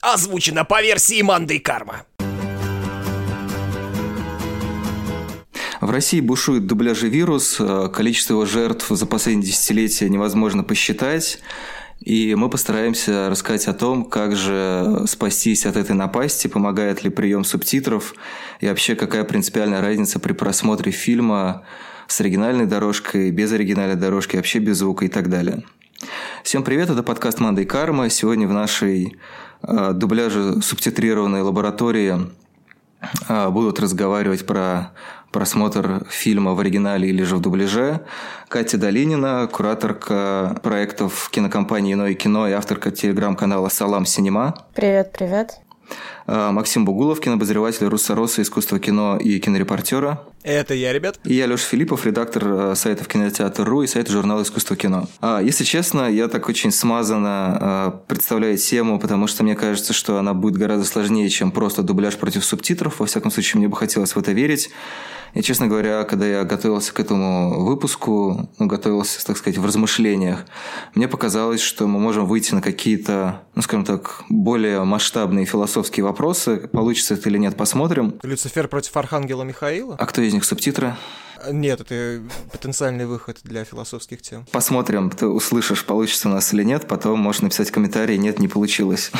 Озвучено по версии Манды Карма. В России бушует дубляжный вирус, количество его жертв за последние десятилетия невозможно посчитать, и мы постараемся рассказать о том, как же спастись от этой напасти, помогает ли прием субтитров, и вообще какая принципиальная разница при просмотре фильма с оригинальной дорожкой, без оригинальной дорожки, вообще без звука и так далее. Всем привет, это подкаст «Манда и Карма». Сегодня в нашей дубляже субтитрированной лаборатории будут разговаривать про просмотр фильма в оригинале или же в дубляже Катя Долинина, кураторка проектов кинокомпании «Иное кино» и авторка телеграм-канала «Салам Синема». Привет, привет. Максим Бугулов, кинообозреватель Руссороса, искусства кино и кинорепортера. Это я, ребят. И я, Леша Филиппов, редактор сайтов «Кинотеатр.ру» и сайта журнала «Искусство кино». Если честно, я так очень смазанно представляю тему, потому что мне кажется, что она будет гораздо сложнее, чем просто дубляж против субтитров. Во всяком случае, мне бы хотелось в это верить. И, честно говоря, когда я готовился к этому выпуску, готовился, так сказать, в размышлениях, мне показалось, что мы можем выйти на какие-то, скажем так, более масштабные философские вопросы. Получится это или нет, посмотрим. Люцифер против Архангела Михаила? А кто из них субтитры? Нет, это потенциальный выход для философских тем. Посмотрим, ты услышишь, получится у нас или нет. Потом можешь написать комментарий, нет, не получилось.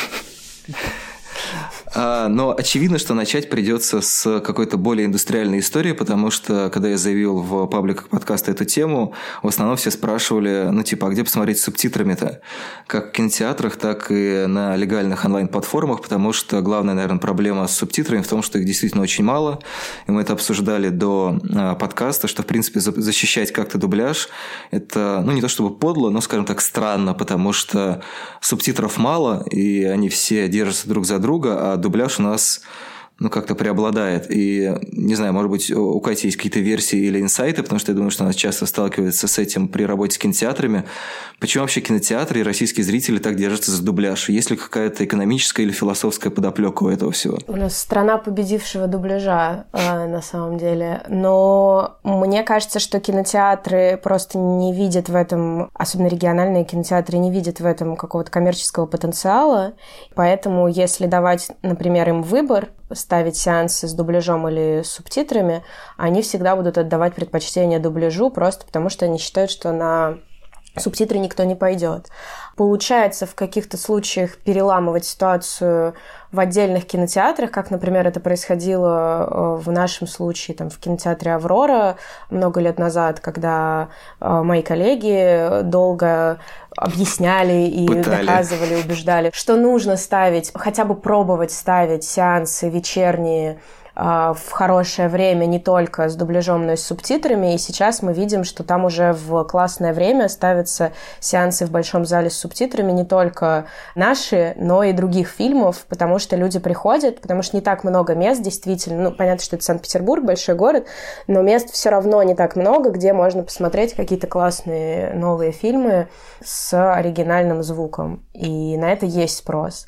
Но очевидно, что начать придется с какой-то более индустриальной истории, потому что, когда я заявил в пабликах подкаста эту тему, в основном все спрашивали, а где посмотреть с субтитрами-то? Как в кинотеатрах, так и на легальных онлайн-платформах, потому что главная, наверное, проблема с субтитрами в том, что их действительно очень мало, и мы это обсуждали до подкаста, что, в принципе, защищать как-то дубляж, это, не то чтобы подло, но, скажем так, странно, потому что субтитров мало, и они все держатся друг за друга, а дубляж у нас как-то преобладает. И, не знаю, может быть, у Кати есть какие-то версии или инсайты, потому что я думаю, что она часто сталкивается с этим при работе с кинотеатрами. Почему вообще кинотеатры и российские зрители так держатся за дубляж? Есть ли какая-то экономическая или философская подоплека у этого всего? У нас страна победившего дубляжа, на самом деле. Но мне кажется, что кинотеатры просто не видят в этом, особенно региональные кинотеатры, не видят в этом какого-то коммерческого потенциала. Поэтому, если давать, например, им выбор, ставить сеансы с дубляжом или с субтитрами, они всегда будут отдавать предпочтение дубляжу, просто потому что они считают, что на субтитры никто не пойдет. Получается в каких-то случаях переламывать ситуацию в отдельных кинотеатрах, как, например, это происходило в нашем случае в кинотеатре «Аврора» много лет назад, когда мои коллеги долго объясняли и доказывали, убеждали, что нужно ставить, хотя бы пробовать ставить сеансы вечерние в хорошее время не только с дубляжом, но и с субтитрами. И сейчас мы видим, что там уже в классное время ставятся сеансы в большом зале с субтитрами не только наши, но и других фильмов, потому что люди приходят, потому что не так много мест, действительно. Понятно, что это Санкт-Петербург, большой город, но мест все равно не так много, где можно посмотреть какие-то классные новые фильмы с оригинальным звуком. И на это есть спрос.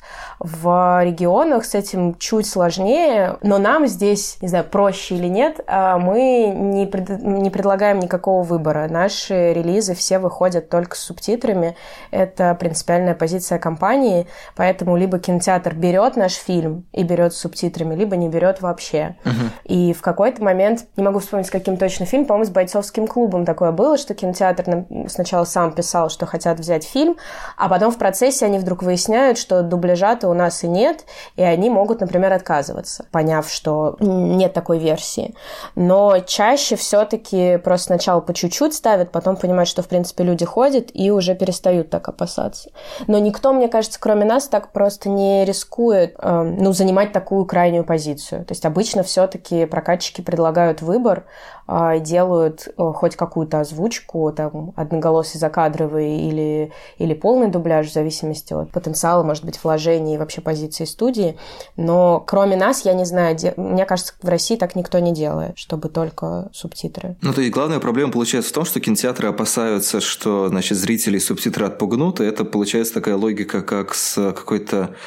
В регионах с этим чуть сложнее, но нам здесь, не знаю, проще или нет, мы не предлагаем никакого выбора. Наши релизы все выходят только с субтитрами. Это принципиальная позиция компании, поэтому либо кинотеатр берет наш фильм и берет с субтитрами, либо не берет вообще. И в какой-то момент, не могу вспомнить, с каким точно фильм, по-моему, с «Бойцовским клубом» такое было, что кинотеатр сначала сам писал, что хотят взять фильм, а потом в процессе они вдруг выясняют, что дубляжа-то у нас и нет, и они могут, например, отказываться, поняв, что нет такой версии. Но чаще все-таки просто сначала по чуть-чуть ставят, потом понимают, что, в принципе, люди ходят и уже перестают так опасаться. Но никто, мне кажется, кроме нас, так просто не рискует занимать такую крайнюю позицию. То есть обычно все-таки прокатчики предлагают выбор, делают хоть какую-то озвучку, одноголосый закадровый или полный дубляж, в зависимости от потенциала, может быть, вложений и вообще позиции студии. Но кроме нас, я не знаю, мне кажется, в России так никто не делает, чтобы только субтитры. То есть главная проблема получается в том, что кинотеатры опасаются, что, зрители субтитры отпугнут, и это получается такая логика, как с какой-то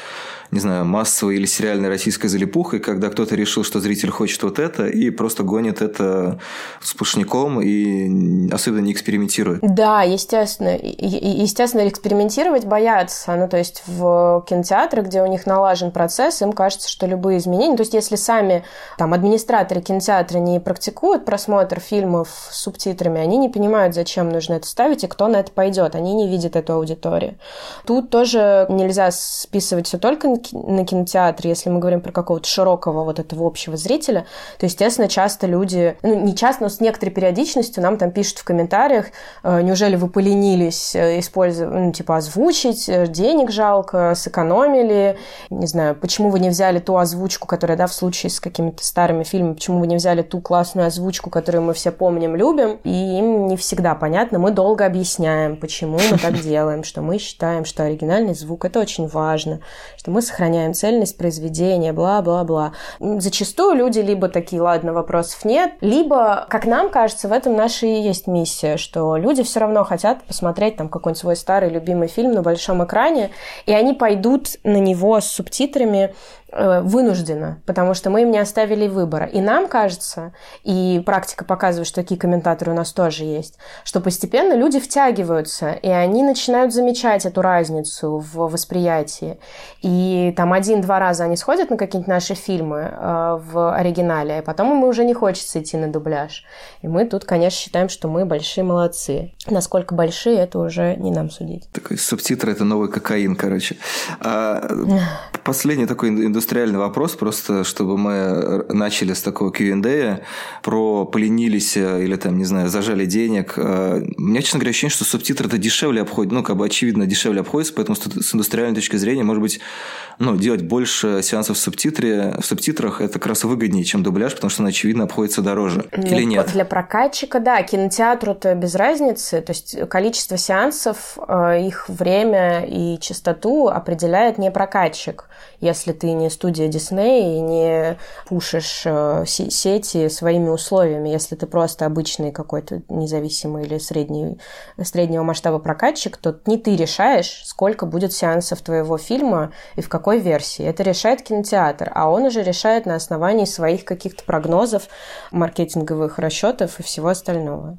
не знаю, массовой или сериальной российской залипухой, когда кто-то решил, что зритель хочет вот это, и просто гонит это сплошняком и особенно не экспериментирует. Да, естественно. Естественно, экспериментировать боятся. Ну, то есть в кинотеатрах, где у них налажен процесс, им кажется, что любые изменения... То есть если сами там администраторы кинотеатра не практикуют просмотр фильмов с субтитрами, они не понимают, зачем нужно это ставить и кто на это пойдет. Они не видят эту аудиторию. Тут тоже нельзя списывать все только на кинотеатр, если мы говорим про какого-то широкого вот этого общего зрителя, то, естественно, часто люди, ну, не часто, но с некоторой периодичностью нам там пишут в комментариях, неужели вы поленились использовать, ну, типа, озвучить, денег жалко, сэкономили, не знаю, почему вы не взяли ту озвучку, которая, да, в случае с какими-то старыми фильмами, почему вы не взяли ту классную озвучку, которую мы все помним, любим, и им не всегда понятно. Мы долго объясняем, почему мы так делаем, что мы считаем, что оригинальный звук — это очень важно, что мы сохраняем цельность произведения, бла-бла-бла. Зачастую люди либо такие, ладно, вопросов нет, либо, как нам кажется, в этом наша и есть миссия, что люди все равно хотят посмотреть там какой-нибудь свой старый любимый фильм на большом экране, и они пойдут на него с субтитрами вынужденно, потому что мы им не оставили выбора. И нам кажется, и практика показывает, что такие комментаторы у нас тоже есть, что постепенно люди втягиваются, и они начинают замечать эту разницу в восприятии. И там 1-2 раза они сходят на какие-нибудь наши фильмы в оригинале, а потом им уже не хочется идти на дубляж. И мы тут, конечно, считаем, что мы большие молодцы. Насколько большие, это уже не нам судить. Такой субтитры – это новый кокаин, короче. Последний такой индустриальный вопрос, просто чтобы мы начали с такого Q&A про поленились или там, не знаю, зажали денег. У меня, честно говоря, ощущение, что субтитры это дешевле обходят, ну, как бы очевидно дешевле обходится, поэтому с индустриальной точки зрения, может быть, ну, делать больше сеансов в субтитрах это как раз выгоднее, чем дубляж, потому что он, очевидно, обходится дороже. Или нет? Для прокатчика, да, кинотеатру-то без разницы, то есть количество сеансов, их время и частоту определяет не прокатчик. Если ты не студия Дисней и не пушишь сети своими условиями, если ты просто обычный какой-то независимый или среднего масштаба прокатчик, то не ты решаешь, сколько будет сеансов твоего фильма и в какой версии. Это решает кинотеатр, а он уже решает на основании своих каких-то прогнозов, маркетинговых расчетов и всего остального.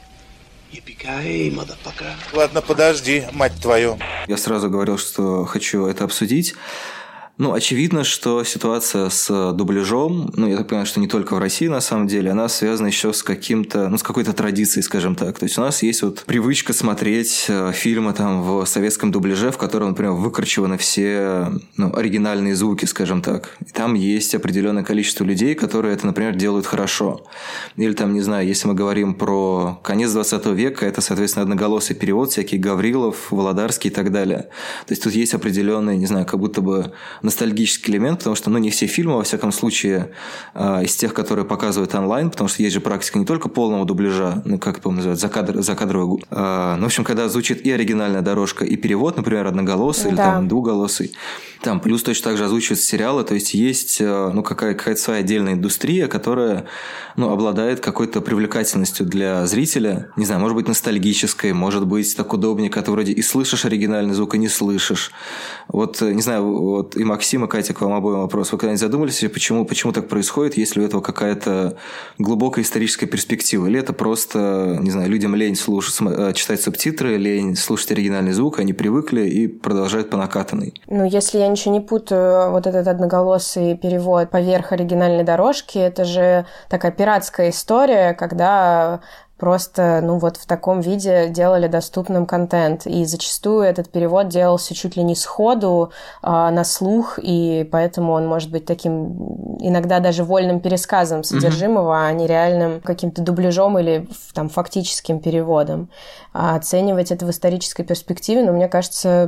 Ладно, подожди, мать твою. Я сразу говорил, что хочу это обсудить. Ну, очевидно, что ситуация с дубляжом, ну, я так понимаю, что не только в России, на самом деле, она связана еще с каким-то, ну, с какой-то традицией, скажем так. То есть у нас есть вот привычка смотреть фильмы там в советском дубляже, в котором, например, выкорчеваны все, ну, оригинальные звуки, скажем так. И там есть определенное количество людей, которые это, например, делают хорошо. Или там, не знаю, если мы говорим про конец 20 века, это, соответственно, одноголосый перевод, всякие Гаврилов, Володарский и так далее. То есть тут есть определенный, не знаю, как будто бы ностальгический элемент, потому что, ну, не все фильмы, во всяком случае, из тех, которые показывают онлайн, потому что есть же практика не только полного дубляжа, ну, как это называют, закадровый. Ну, в общем, когда звучит и оригинальная дорожка, и перевод, например, одноголосый, или там двуголосый, там плюс точно так же озвучиваются сериалы, то есть, ну, какая-то своя отдельная индустрия, которая, ну, обладает какой-то привлекательностью для зрителя, не знаю, может быть, ностальгической, может быть, так удобнее, когда ты вроде и слышишь оригинальный звук, и не слышишь. Вот, не знаю, вот и Максим, и Катя, к вам обоим вопрос. Вы когда-нибудь задумались, почему так происходит, есть ли у этого какая-то глубокая историческая перспектива? Или это просто, не знаю, людям лень читать субтитры, лень слушать оригинальный звук, они привыкли и продолжают по накатанной? Ну, если я ничего не путаю, вот этот одноголосый перевод поверх оригинальной дорожки, это же такая пиратская история, когда просто, ну, вот в таком виде делали доступным контент. И зачастую этот перевод делался чуть ли не сходу, на слух, и поэтому он может быть таким иногда даже вольным пересказом содержимого, а не реальным каким-то дубляжом или там фактическим переводом. А оценивать это в исторической перспективе, ну, мне кажется,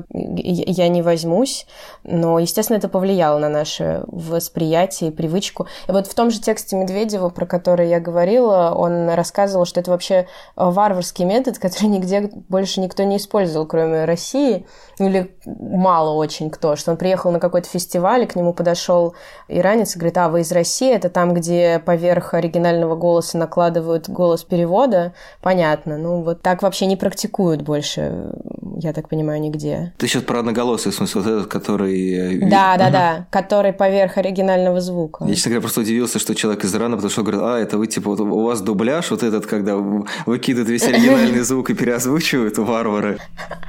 я не возьмусь, но, естественно, это повлияло на наше восприятие и привычку. И вот в том же тексте Медведева, про который я говорила, он рассказывал, что это вообще варварский метод, который нигде больше никто не использовал, кроме России, или мало очень кто, что он приехал на какой-то фестиваль, и к нему подошел иранец и говорит: а вы из России? Это там, где поверх оригинального голоса накладывают голос перевода? Понятно. Ну, вот так вообще не практикуют больше я так понимаю, нигде. Ты сейчас про одноголосый, в смысле, вот этот, который... Да, который поверх оригинального звука. Я, честно говоря, просто удивился, что человек из Ирана, потому что говорит, это вы, типа, вот у вас дубляж, вот этот, когда выкидывают весь оригинальный звук и переозвучивают, варвары.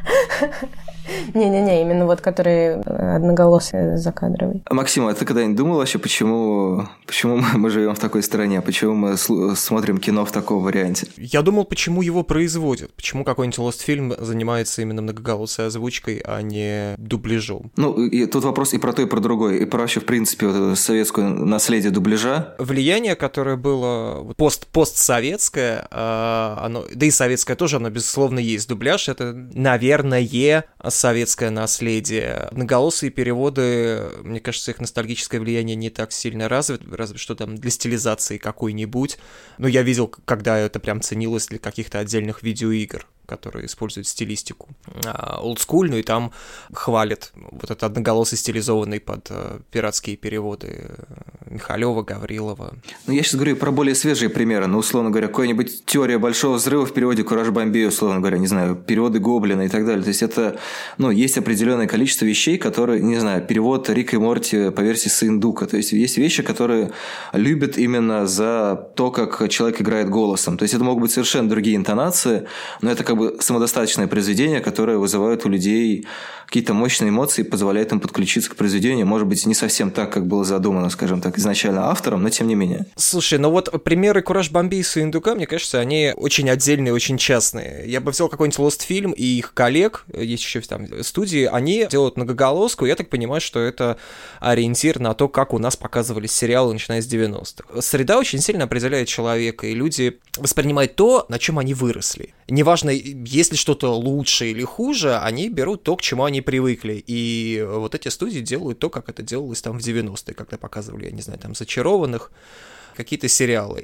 Не-не-не, именно вот который одноголосый закадровый. Максим, а ты когда-нибудь думал вообще, почему мы живем в такой стране, почему мы смотрим кино в таком варианте? Я думал, почему его производят, почему какой-нибудь Lost-фильм занимается именно многоголосой озвучкой, а не дубляжом. И тут вопрос и про то, и про другое, и про вообще, в принципе, вот советское наследие дубляжа. Влияние, которое было постсоветское, оно, да и советское тоже, оно, безусловно, есть. Дубляж — это, наверное, советское наследие. Одноголосые переводы, мне кажется, их ностальгическое влияние не так сильно развито, разве что там для стилизации какой-нибудь. Но я видел, когда это прям ценилось для каких-то отдельных видеоигр, которые используют стилистику олдскульную, и там хвалят вот этот одноголосый стилизованный под пиратские переводы Михалева, Гаврилова. Я сейчас говорю про более свежие примеры. Условно говоря, какая-нибудь теория большого взрыва в переводе «Кураж Бомбей», условно говоря, не знаю, переводы Гоблина и так далее. То есть это, есть определенное количество вещей, которые, не знаю, перевод Рика и Морти по версии Сыендука. То есть есть вещи, которые любят именно за то, как человек играет голосом. То есть это могут быть совершенно другие интонации, но это как бы самодостаточное произведение, которое вызывает у людей какие-то мощные эмоции, позволяет им подключиться к произведению. Может быть, не совсем так, как было задумано, скажем так, изначально автором, но тем не менее. Слушай, примеры «Кураж Бомбей» и «Сыендука», мне кажется, они очень отдельные, очень частные. Я бы взял какой-нибудь Lost-фильм и их коллег, есть еще там студии, они делают многоголоску, я так понимаю, что это ориентир на то, как у нас показывались сериалы, начиная с 90-х. Среда очень сильно определяет человека, и люди воспринимают то, на чем они выросли. Неважно, есть ли что-то лучше или хуже, они берут то, к чему они привыкли. И вот эти студии делают то, как это делалось там в 90-е, когда показывали, я не знаю, там «Зачарованных», какие-то сериалы.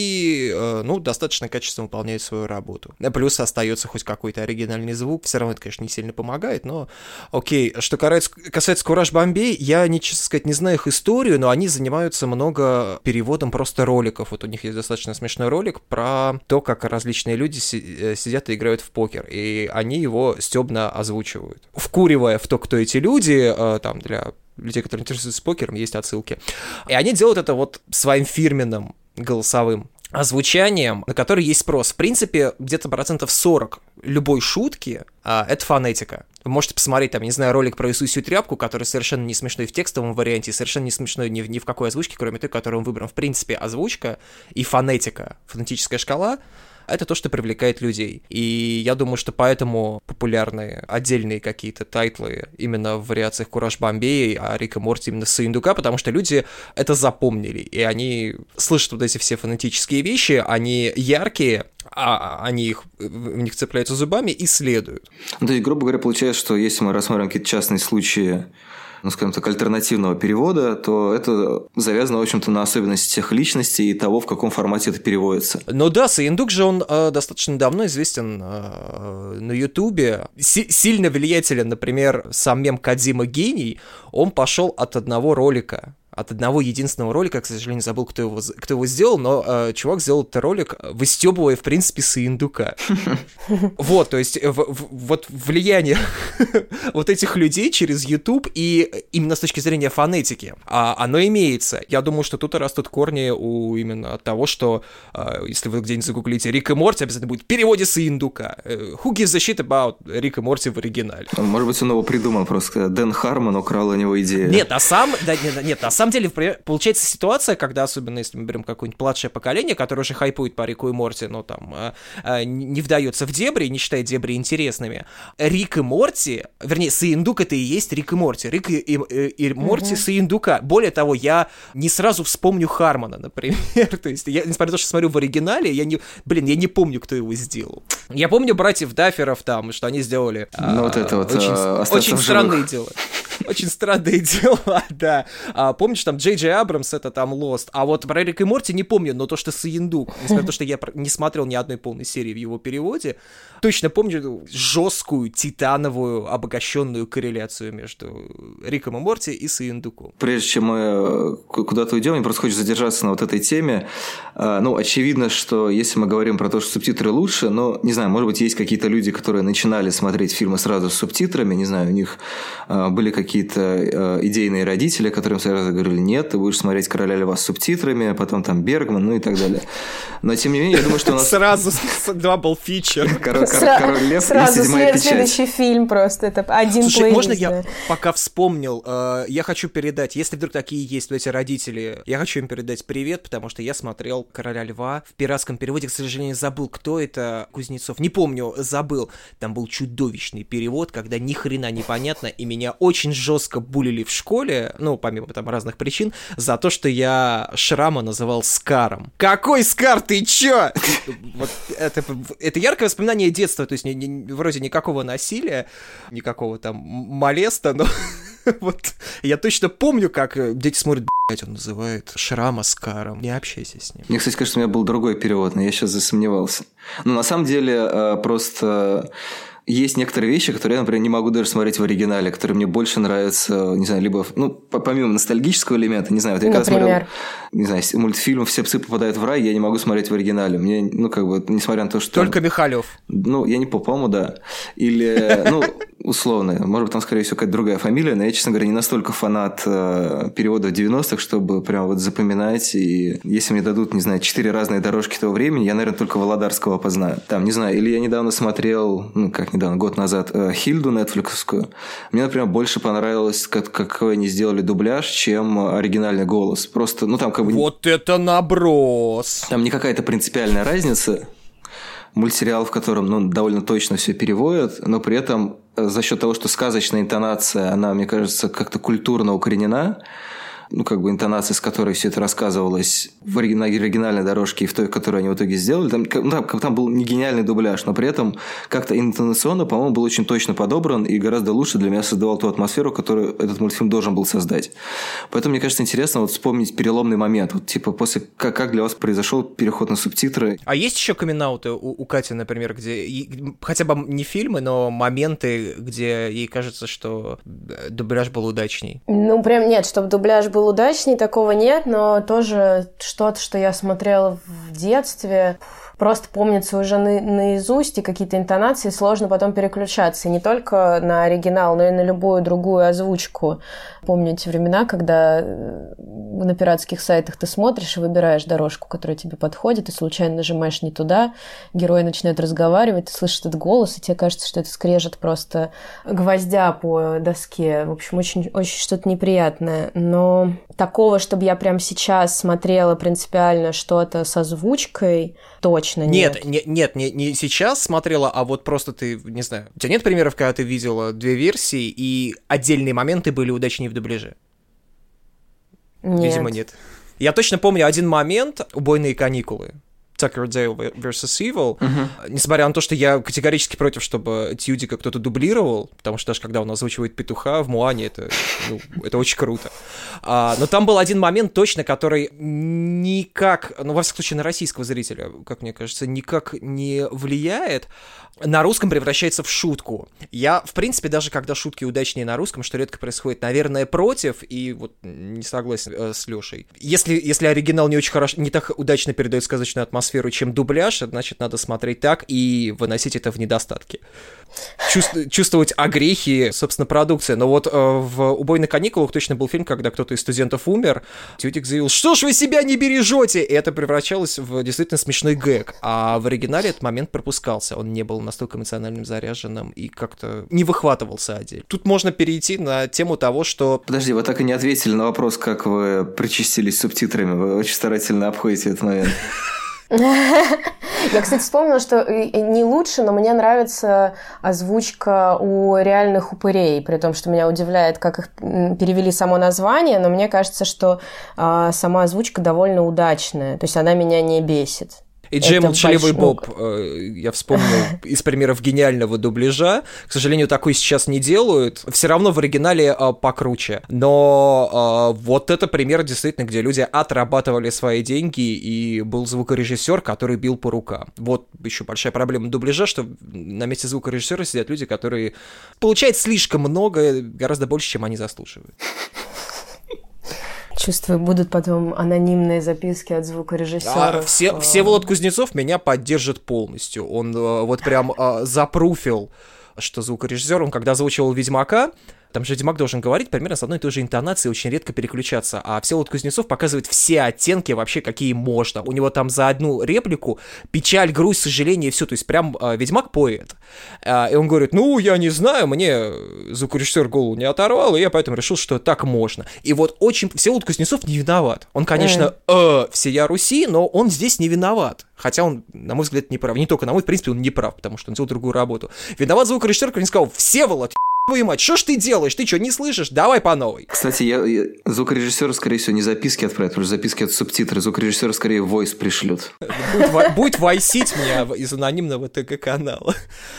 И, достаточно качественно выполняют свою работу. Плюс остается хоть какой-то оригинальный звук. Все равно это, конечно, не сильно помогает, но окей. Что касается «Кураж Бомбей», я, честно сказать, не знаю их историю, но они занимаются много переводом просто роликов. Вот у них есть достаточно смешной ролик про то, как различные люди сидят и играют в покер. И они его стёбно озвучивают. Вкуривая в то, кто эти люди, там, для людей, которые интересуются покером, есть отсылки. И они делают это вот своим фирменным голосовым озвучанием, на который есть спрос. В принципе, где-то 40% любой шутки это фонетика. Вы можете посмотреть, там, не знаю, ролик про Иисусью тряпку, который совершенно не смешной в текстовом варианте, совершенно не смешной ни в какой озвучке, кроме той, которую он выбран. В принципе, озвучка и фонетика, фонетическая шкала — это то, что привлекает людей. И я думаю, что поэтому популярны отдельные какие-то тайтлы именно в вариациях «Кураж Бомбей», а Рик и Морти именно «Сыендука», потому что люди это запомнили, и они слышат вот эти все фонетические вещи, они яркие, они в них цепляются зубами и следуют. То есть, грубо говоря, получается, что если мы рассмотрим какие-то частные случаи, скажем так, альтернативного перевода, то это завязано, в общем-то, на особенностях личности и того, в каком формате это переводится. Ну да, Сыендук же, он достаточно давно известен на Ютубе. Сильно влиятелен, например, сам мем «Кодзима гений», он пошел от одного ролика. От одного единственного ролика, к сожалению, забыл, кто его сделал, но чувак сделал этот ролик, выстебывая, в принципе, Сыендука. Вот, то есть, вот влияние вот этих людей через YouTube и именно с точки зрения фонетики, оно имеется. Я думаю, что тут и растут корни именно от того, что, если вы где-нибудь загуглите Рик и Морти, обязательно будет в переводе Сыендука. Who gives a shit about Рик и Морти в оригинале? Может быть, он его придумал просто. Дэн Хармон украл у него идею. Нет, на самом деле, получается ситуация, когда, особенно если мы берем какое-нибудь младшее поколение, которое уже хайпует по Рику и Морти, но там не вдается в дебри, не считает дебри интересными. Рик и Морти, вернее, Сыендук — это и есть Рик и Морти. Рик и Морти Сыендука. Более того, я не сразу вспомню Хармона, например. То есть, несмотря на то, что смотрю в оригинале, я не помню, кто его сделал. Я помню братьев Дафферов там, что они сделали очень странные дела. Очень странные дела, да. Помню помнишь, там Джей Джей Абрамс, это там Lost, а вот про Рик и Морти не помню, но то, что Сыендук, несмотря на то, что я не смотрел ни одной полной серии в его переводе, точно помню жесткую, титановую, обогащенную корреляцию между Риком и Морти и Сыендуком. Прежде чем мы куда-то уйдем, мне просто хочется задержаться на вот этой теме. Ну, очевидно, что если мы говорим про то, что субтитры лучше, но, не знаю, может быть, есть какие-то люди, которые начинали смотреть фильмы сразу с субтитрами, не знаю, у них были какие-то идейные родители, которым сразу говорили: нет, ты будешь смотреть «Короля льва» с субтитрами, потом там Бергман, ну и так далее. Но, тем не менее, я думаю, что у нас... Сразу дабл фичер. «Король лев» и сразу «Седьмая печать». Следующий фильм просто, это один Слушай, плейлист. можно я пока вспомнил, я хочу передать, если вдруг такие есть эти родители, я хочу им передать привет, потому что я смотрел «Короля льва» в пиратском переводе, к сожалению, забыл, кто это, Кузнецов, не помню, забыл. Там был чудовищный перевод, когда ни хрена непонятно, и меня очень жестко булили в школе, ну, помимо там разных причин, за то, что я Шрама называл Скаром. Какой Скар, ты чё? Вот это яркое воспоминание детства, то есть вроде никакого насилия, никакого там молеста, но вот я точно помню, как дети смотрят, блядь, он называет Шрама Скаром. Не общайся с ним. Мне, кстати, кажется, у меня был другой перевод, но я сейчас засомневался. Ну, на самом деле, просто... Есть некоторые вещи, которые я, например, не могу даже смотреть в оригинале, которые мне больше нравятся, не знаю, либо, ну, помимо ностальгического элемента, не знаю, вот я когда смотрел, не знаю, мультфильм «Все псы попадают в рай», я не могу смотреть в оригинале. Мне, ну, как бы, несмотря на то, что... Только Михалёв. Ну, я не помню, по-моему, да. Или, ну, условно, может быть, там, скорее всего, какая-то другая фамилия, но я, честно говоря, не настолько фанат переводов 90-х, чтобы прям вот запоминать. И если мне дадут, не знаю, 4 разные дорожки того времени, я, наверное, только Володарского опознаю. Там, не знаю, или я недавно смотрел, ну, как недавно, год назад, Хильду нетфликсовскую. Мне, например, больше понравилось, какой они сделали дубляж, чем оригинальный голос. Просто, ну, там как бы... Вот это наброс! Там не какая-то принципиальная разница. Мультсериал, в котором, ну, довольно точно все переводят, но при этом за счет того, что сказочная интонация, она, мне кажется, как-то культурно укоренена, ну, как бы интонация, с которой все это рассказывалось на оригинальной дорожке и в той, которую они в итоге сделали, там был не гениальный дубляж, но при этом как-то интонационно, по-моему, был очень точно подобран и гораздо лучше для меня создавал ту атмосферу, которую этот мультфильм должен был создать. Поэтому, мне кажется, интересно вот вспомнить переломный момент, вот типа после, как для вас произошел переход на субтитры. А есть еще камин-ауты у Кати, например, где хотя бы не фильмы, но моменты, где ей кажется, что дубляж был удачней? Ну, прям нет, чтобы дубляж был удачней, такого нет, но тоже что-то, что я смотрела в детстве, просто помнится уже наизусть, и какие-то интонации сложно потом переключаться. И не только на оригинал, но и на любую другую озвучку. Помню эти времена, когда на пиратских сайтах ты смотришь и выбираешь дорожку, которая тебе подходит, и случайно нажимаешь не туда, герой начинает разговаривать, ты слышишь этот голос, и тебе кажется, что это скрежет просто гвоздя по доске. В общем, очень, очень что-то неприятное. Но такого, чтобы я прямо сейчас смотрела принципиально что-то с озвучкой, точно нет. Нет, не сейчас смотрела, а вот просто ты, не знаю, у тебя нет примеров, когда ты видела 2 версии, и отдельные моменты были удачнее в дубляже? Нет. Видимо, нет. Я точно помню один момент, «Убойные каникулы». Tucker Dale vs. Evil. Несмотря на то, что я категорически против, чтобы Тьюдика кто-то дублировал, потому что даже когда он озвучивает петуха в Муане, это очень круто. Но там был один момент точно, который никак, ну, во всяком случае, на российского зрителя, как мне кажется, никак не влияет. На русском превращается в шутку. Я, в принципе, даже когда шутки удачнее на русском, что редко происходит, наверное, против, и вот не согласен с Лешей. Если оригинал не очень хорошо, не так удачно передает сказочную атмосферу, чем дубляж, значит, надо смотреть так и выносить это в недостатки. Чувствовать огрехи, собственно, продукции. Но вот в «Убойных каникулах» точно был фильм, когда кто-то из студентов умер, Тьюдик заявил: что ж вы себя не бережете? И это превращалось в действительно смешной гэг. А в оригинале этот момент пропускался. Он не был настолько эмоциональным заряженным и как-то не выхватывался отдельно. Тут можно перейти на тему того, что... Подожди, вы так и не ответили на вопрос, как вы причастились субтитрами. Вы очень старательно обходите этот момент. Я, кстати, вспомнила, что не лучше, но мне нравится озвучка у реальных упырей, при том, что меня удивляет, как их перевели само название, но мне кажется, что сама озвучка довольно удачная, то есть она меня не бесит. И Джей Молчаливый Боб, большой... я вспомнил из примеров гениального дубляжа. К сожалению, такой сейчас не делают. Все равно в оригинале покруче. Но вот это пример действительно, где люди отрабатывали свои деньги, и был звукорежиссер, который бил по рукам. Вот еще большая проблема дубляжа, что на месте звукорежиссера сидят люди, которые получают слишком много, гораздо больше, чем они заслуживают. Чувствую, будут потом анонимные записки от звукорежиссеров. Всеволод Кузнецов меня поддержит полностью. Он вот прям запруфил, что звукорежиссер, он когда озвучивал «Ведьмака», там же Ведьмак должен говорить примерно с одной и той же интонацией, очень редко переключаться, а Всеволод Кузнецов показывает все оттенки вообще, какие можно. У него там за одну реплику печаль, грусть, сожаление и все, то есть прям Ведьмак поэт. И он говорит, я не знаю, мне звукорежиссер голову не оторвал, и я поэтому решил, что так можно. И вот очень Всеволод Кузнецов не виноват. Он, конечно, всея Руси, но он здесь не виноват. Хотя он, на мой взгляд, не прав. Не только на мой, в принципе, он не прав, потому что он делал другую работу. Виноват звукорежиссер, который не сказал, Всеволод, твою мать, что ж ты делаешь? Ты что, не слышишь? Давай по новой. Кстати, я звукорежиссеру, скорее всего, не записки отправят, потому что записки — это субтитры. Звукорежиссеру скорее войс пришлют. Будет войсить меня из анонимного ТГ-канала.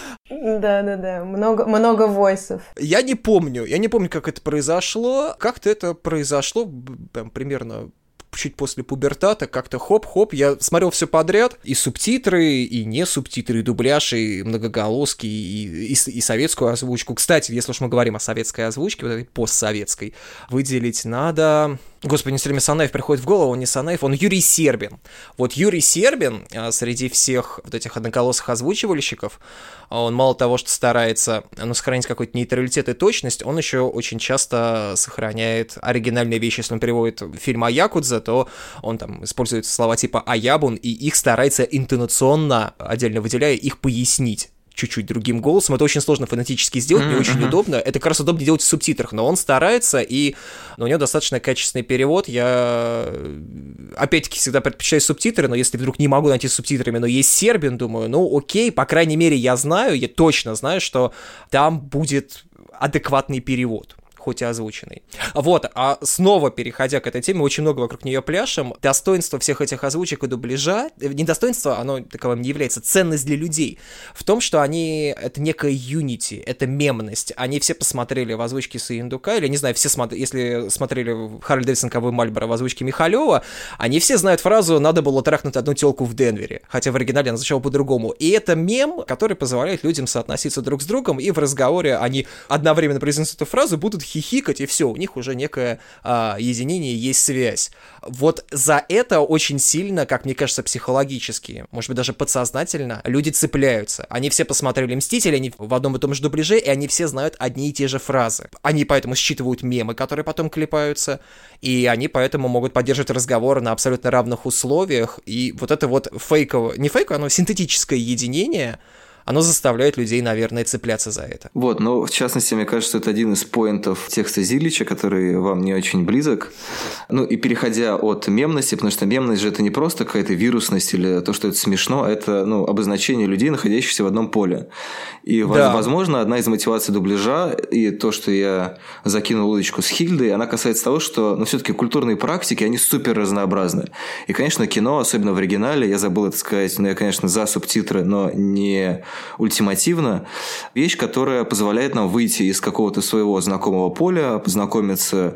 Да, много войсов. Я не помню, как это произошло. Как-то это произошло примерно чуть после пубертата, как-то хоп-хоп, я смотрел все подряд, и субтитры, и не субтитры, и дубляж, и многоголоски, и советскую озвучку. Кстати, если уж мы говорим о советской озвучке, вот этой постсоветской, выделить надо... Господи, мне все время Санаев приходит в голову, он не Санаев, он Юрий Сербин. Вот Юрий Сербин среди всех вот этих одноголосых озвучивальщиков, он мало того, что старается сохранить какой-то нейтралитет и точность, он еще очень часто сохраняет оригинальные вещи. Если он переводит фильм о Якудзе, то он там использует слова типа «аябун», и их старается интонационно, отдельно выделяя, их пояснить чуть-чуть другим голосом. Это очень сложно фонетически сделать, не очень удобно. Это как раз удобно делать в субтитрах, но он старается, и у него достаточно качественный перевод. Я, опять-таки, всегда предпочитаю субтитры, но если вдруг не могу найти с субтитрами, но есть Сербин, думаю, окей, по крайней мере, я точно знаю, что там будет адекватный перевод, хоть и озвученный. Вот, а снова переходя к этой теме, очень много вокруг нее пляшем. Достоинство всех этих озвучек и дубляжа, не достоинство, оно таковым не является, ценность для людей в том, что они, это некая юнити, это мемность. Они все посмотрели в озвучке Сыендука, или, не знаю, если смотрели Харли Дэвидсон «Ковбой Мальборо» в озвучке Михалева, они все знают фразу «надо было трахнуть одну телку в Денвере», хотя в оригинале она звучала по-другому. И это мем, который позволяет людям соотноситься друг с другом, и в разговоре они одновременно произнесут эту фразу, будут хихикать, и все, у них уже некое единение, есть связь. Вот за это очень сильно, как мне кажется, психологически, может быть, даже подсознательно, люди цепляются. Они все посмотрели «Мстители», они в одном и том же дубляже, и они все знают одни и те же фразы. Они поэтому считывают мемы, которые потом клепаются, и они поэтому могут поддерживать разговоры на абсолютно равных условиях, и вот это вот не фейковое, оно синтетическое единение, оно заставляет людей, наверное, цепляться за это. Вот, но в частности, мне кажется, это один из поинтов текста Зилича, который вам не очень близок. И переходя от мемности, потому что мемность же это не просто какая-то вирусность или то, что это смешно, это обозначение людей, находящихся в одном поле. И, возможно, одна из мотиваций дубляжа и то, что я закинул удочку с Хильдой, она касается того, что, все-таки культурные практики, они супер разнообразны. И, конечно, кино, особенно в оригинале, я забыл это сказать, я, конечно, за субтитры, но не ультимативно, вещь, которая позволяет нам выйти из какого-то своего знакомого поля, познакомиться,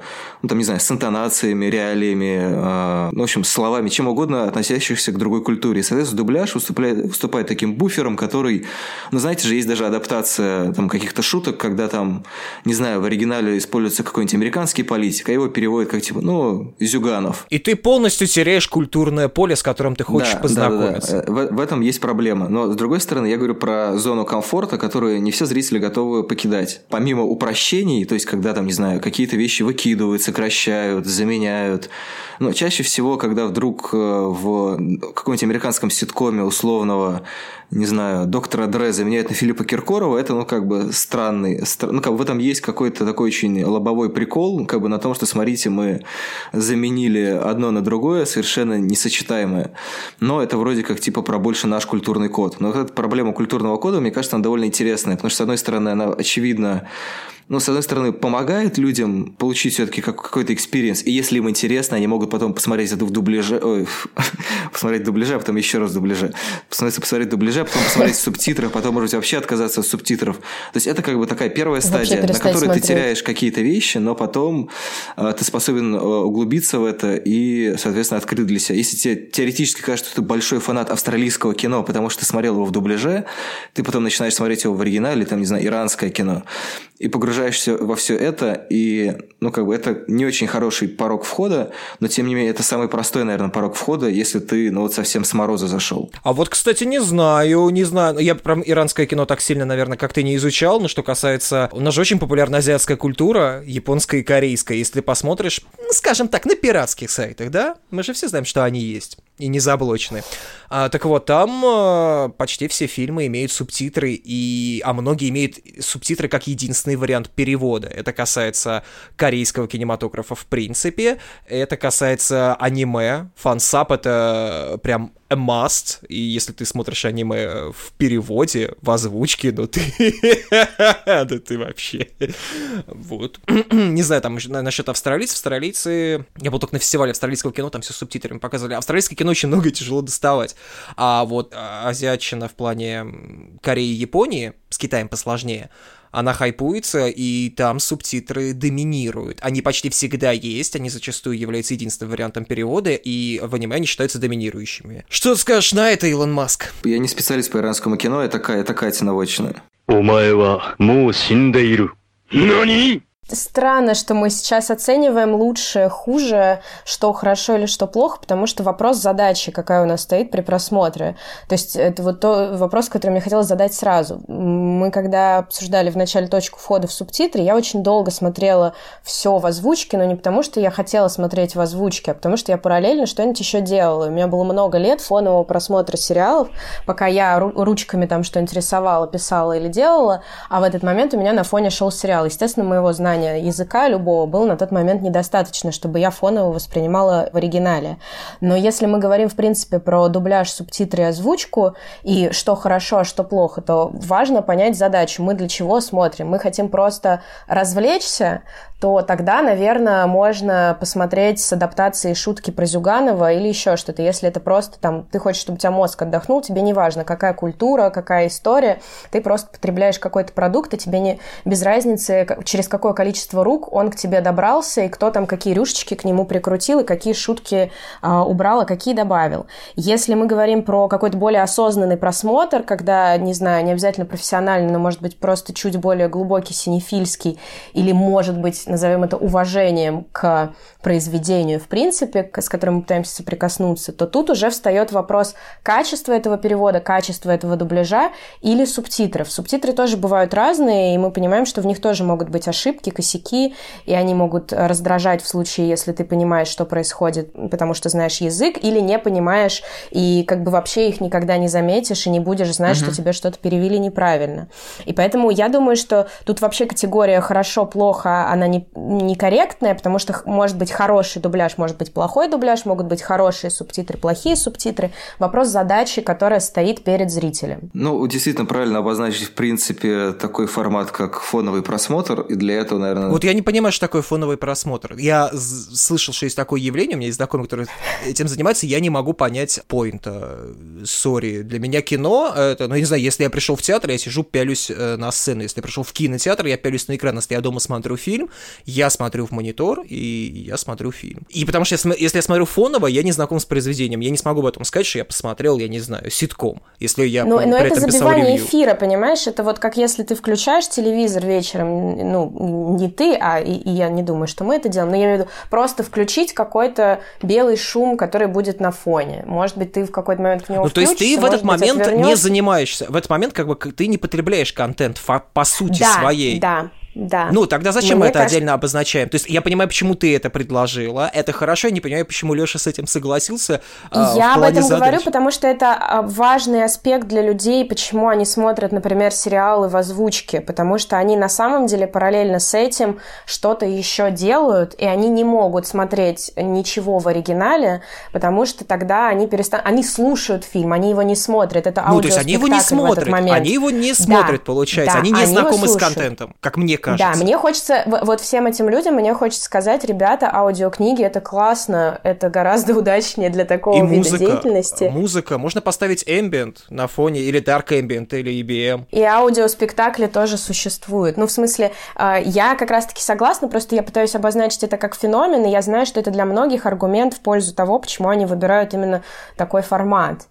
с интонациями, реалиями, в общем, словами, чем угодно, относящихся к другой культуре. И, соответственно, дубляж выступает таким буфером, который, знаете же, есть даже адаптация каких-то шуток, когда в оригинале используется какой-нибудь американский политик, а его переводят как Зюганов. И ты полностью теряешь культурное поле, с которым ты хочешь познакомиться. Да. В этом есть проблема. Но, с другой стороны, я говорю про зону комфорта, которую не все зрители готовы покидать. Помимо упрощений, то есть, когда какие-то вещи выкидывают, сокращают, заменяют. Но чаще всего, когда вдруг в каком-нибудь американском ситкоме условного, доктора Дре заменяют на Филиппа Киркорова, это, странный. В этом есть какой-то такой очень лобовой прикол, на том, что, смотрите, мы заменили одно на другое, совершенно несочетаемое. Но это вроде как про больше наш культурный код. Но эта проблема культурного кода, мне кажется, она довольно интересная, потому что, с одной стороны, она, очевидно, с одной стороны, помогает людям получить все-таки какой-то экспириенс, и если им интересно, они могут потом посмотреть это в дубляже, посмотреть дубляжа, а потом еще раз дубляжа. Посмотреть дубляжа, потом посмотреть субтитры, потом, может быть, вообще отказаться от субтитров. То есть это как бы такая первая стадия, на которой ты теряешь какие-то вещи, но потом ты способен углубиться в это и, соответственно, открыть для себя. Если тебе теоретически кажется, что ты большой фанат австралийского кино, потому что ты смотрел его в дубляже, ты потом начинаешь смотреть его в оригинале, там, не знаю, иранское кино, и погружаешься во все это, и, ну, как бы, это не очень хороший порог входа, но, тем не менее, это самый простой, наверное, порог входа, если ты, ну, вот совсем с мороза зашел. А вот, кстати, не знаю. Я прям иранское кино так сильно, наверное, как ты не изучал, но что касается... У нас же очень популярна азиатская культура, японская и корейская. Если ты посмотришь, скажем так, на пиратских сайтах, да? Мы же все знаем, что они есть. И не заблочены. Так вот, там почти все фильмы имеют субтитры, а многие имеют субтитры как единственный вариант перевода. Это касается корейского кинематографа в принципе, это касается аниме. Фансаб — это прям a must, и если ты смотришь аниме в переводе, в озвучке, ну ты... Да ты вообще... Вот. Не знаю, там насчет австралийцев. Австралийцы... Я был только на фестивале австралийского кино, там все с субтитрами показывали. Австралийское кино очень много и тяжело доставать. А вот азиатчина в плане Кореи и Японии, с Китаем посложнее, она хайпуется, и там субтитры доминируют. Они почти всегда есть, они зачастую являются единственным вариантом перевода, и в аниме они считаются доминирующими. Что скажешь на это, Илон Маск? Я не специалист по иранскому кино, это Катя Наводчина. Странно, что мы сейчас оцениваем лучше, хуже, что хорошо или что плохо, потому что вопрос задачи, какая у нас стоит при просмотре. То есть это вот тот вопрос, который мне хотелось задать сразу. Мы когда обсуждали в начале точку входа в субтитры, я очень долго смотрела все в озвучке, но не потому, что я хотела смотреть в озвучке, а потому что я параллельно что-нибудь еще делала. У меня было много лет фонового просмотра сериалов, пока я ручками там что-нибудь рисовала, писала или делала, а в этот момент у меня на фоне шел сериал. Естественно, моего знания языка любого было на тот момент недостаточно, чтобы я фоново воспринимала в оригинале. Но если мы говорим, в принципе, про дубляж, субтитры и озвучку, и что хорошо, а что плохо, то важно понять задачу. Мы для чего смотрим? Мы хотим просто развлечься, то тогда, наверное, можно посмотреть с адаптацией шутки про Зюганова или еще что-то. Если это просто там, ты хочешь, чтобы у тебя мозг отдохнул, тебе не важно, какая культура, какая история, ты просто потребляешь какой-то продукт, и тебе не без разницы, через какое количество рук он к тебе добрался, и кто там какие рюшечки к нему прикрутил, и какие шутки убрал, а какие добавил. Если мы говорим про какой-то более осознанный просмотр, когда, не знаю, не обязательно профессиональный, но, может быть, просто чуть более глубокий, синефильский, или, может быть, назовем это уважением к произведению, в принципе, с которым мы пытаемся соприкоснуться, то тут уже встает вопрос качества этого перевода, качества этого дубляжа или субтитров. Субтитры тоже бывают разные, и мы понимаем, что в них тоже могут быть ошибки, косяки, и они могут раздражать в случае, если ты понимаешь, что происходит, потому что знаешь язык, или не понимаешь, и как бы вообще их никогда не заметишь, и не будешь знать, что тебе что-то перевели неправильно. И поэтому я думаю, что тут вообще категория «хорошо-плохо», она некорректная, потому что может быть хороший дубляж, может быть плохой дубляж, могут быть хорошие субтитры, плохие субтитры. Вопрос задачи, которая стоит перед зрителем. Ну, действительно, правильно обозначить, в принципе, такой формат, как фоновый просмотр, и для этого, наверное... Вот я не понимаю, что такое фоновый просмотр. Я слышал, что есть такое явление, у меня есть знакомый, который этим занимается, и я не могу понять поинта. Сори. Для меня кино, это, ну, не знаю, если я пришел в театр, я сижу, пялюсь на сцену. Если я пришел в кинотеатр, я пялюсь на экран. Если я дома смотрю фильм, я смотрю в монитор, и я смотрю фильм. И потому что если я смотрю фоново, я не знаком с произведением. Я не смогу об этом сказать, что я посмотрел, я не знаю, ситком. Если я но при это этом писал забивание ревью. эфира, понимаешь? Это вот как если ты включаешь телевизор вечером, ну, не ты, и я не думаю, что мы это делаем, но я имею в виду просто включить какой-то белый шум, который будет на фоне. Может быть, ты в какой-то момент к нему включишься, то есть ты в этот момент не занимаешься, в этот момент как бы ты не потребляешь контент по сути своей. Да. Ну, тогда зачем мы это отдельно обозначаем? То есть я понимаю, почему ты это предложила, это хорошо, я не понимаю, почему Лёша с этим согласился. Я об этом говорю, потому что это важный аспект для людей, почему они смотрят, например, сериалы в озвучке, потому что они на самом деле параллельно с этим что-то еще делают, и они не могут смотреть ничего в оригинале, потому что тогда они они слушают фильм, они его не смотрят, это аудиоспектакль в этот момент. Они его не смотрят, получается, они не знакомы с контентом, как мне кажется. Да, мне хочется, вот всем этим людям мне хочется сказать, ребята, аудиокниги — это классно, это гораздо удачнее для такого вида деятельности. Музыка, можно поставить ambient на фоне, или dark ambient, или EBM. И аудиоспектакли тоже существуют. Ну, в смысле, я как раз-таки согласна, просто я пытаюсь обозначить это как феномен, и я знаю, что это для многих аргумент в пользу того, почему они выбирают именно такой формат.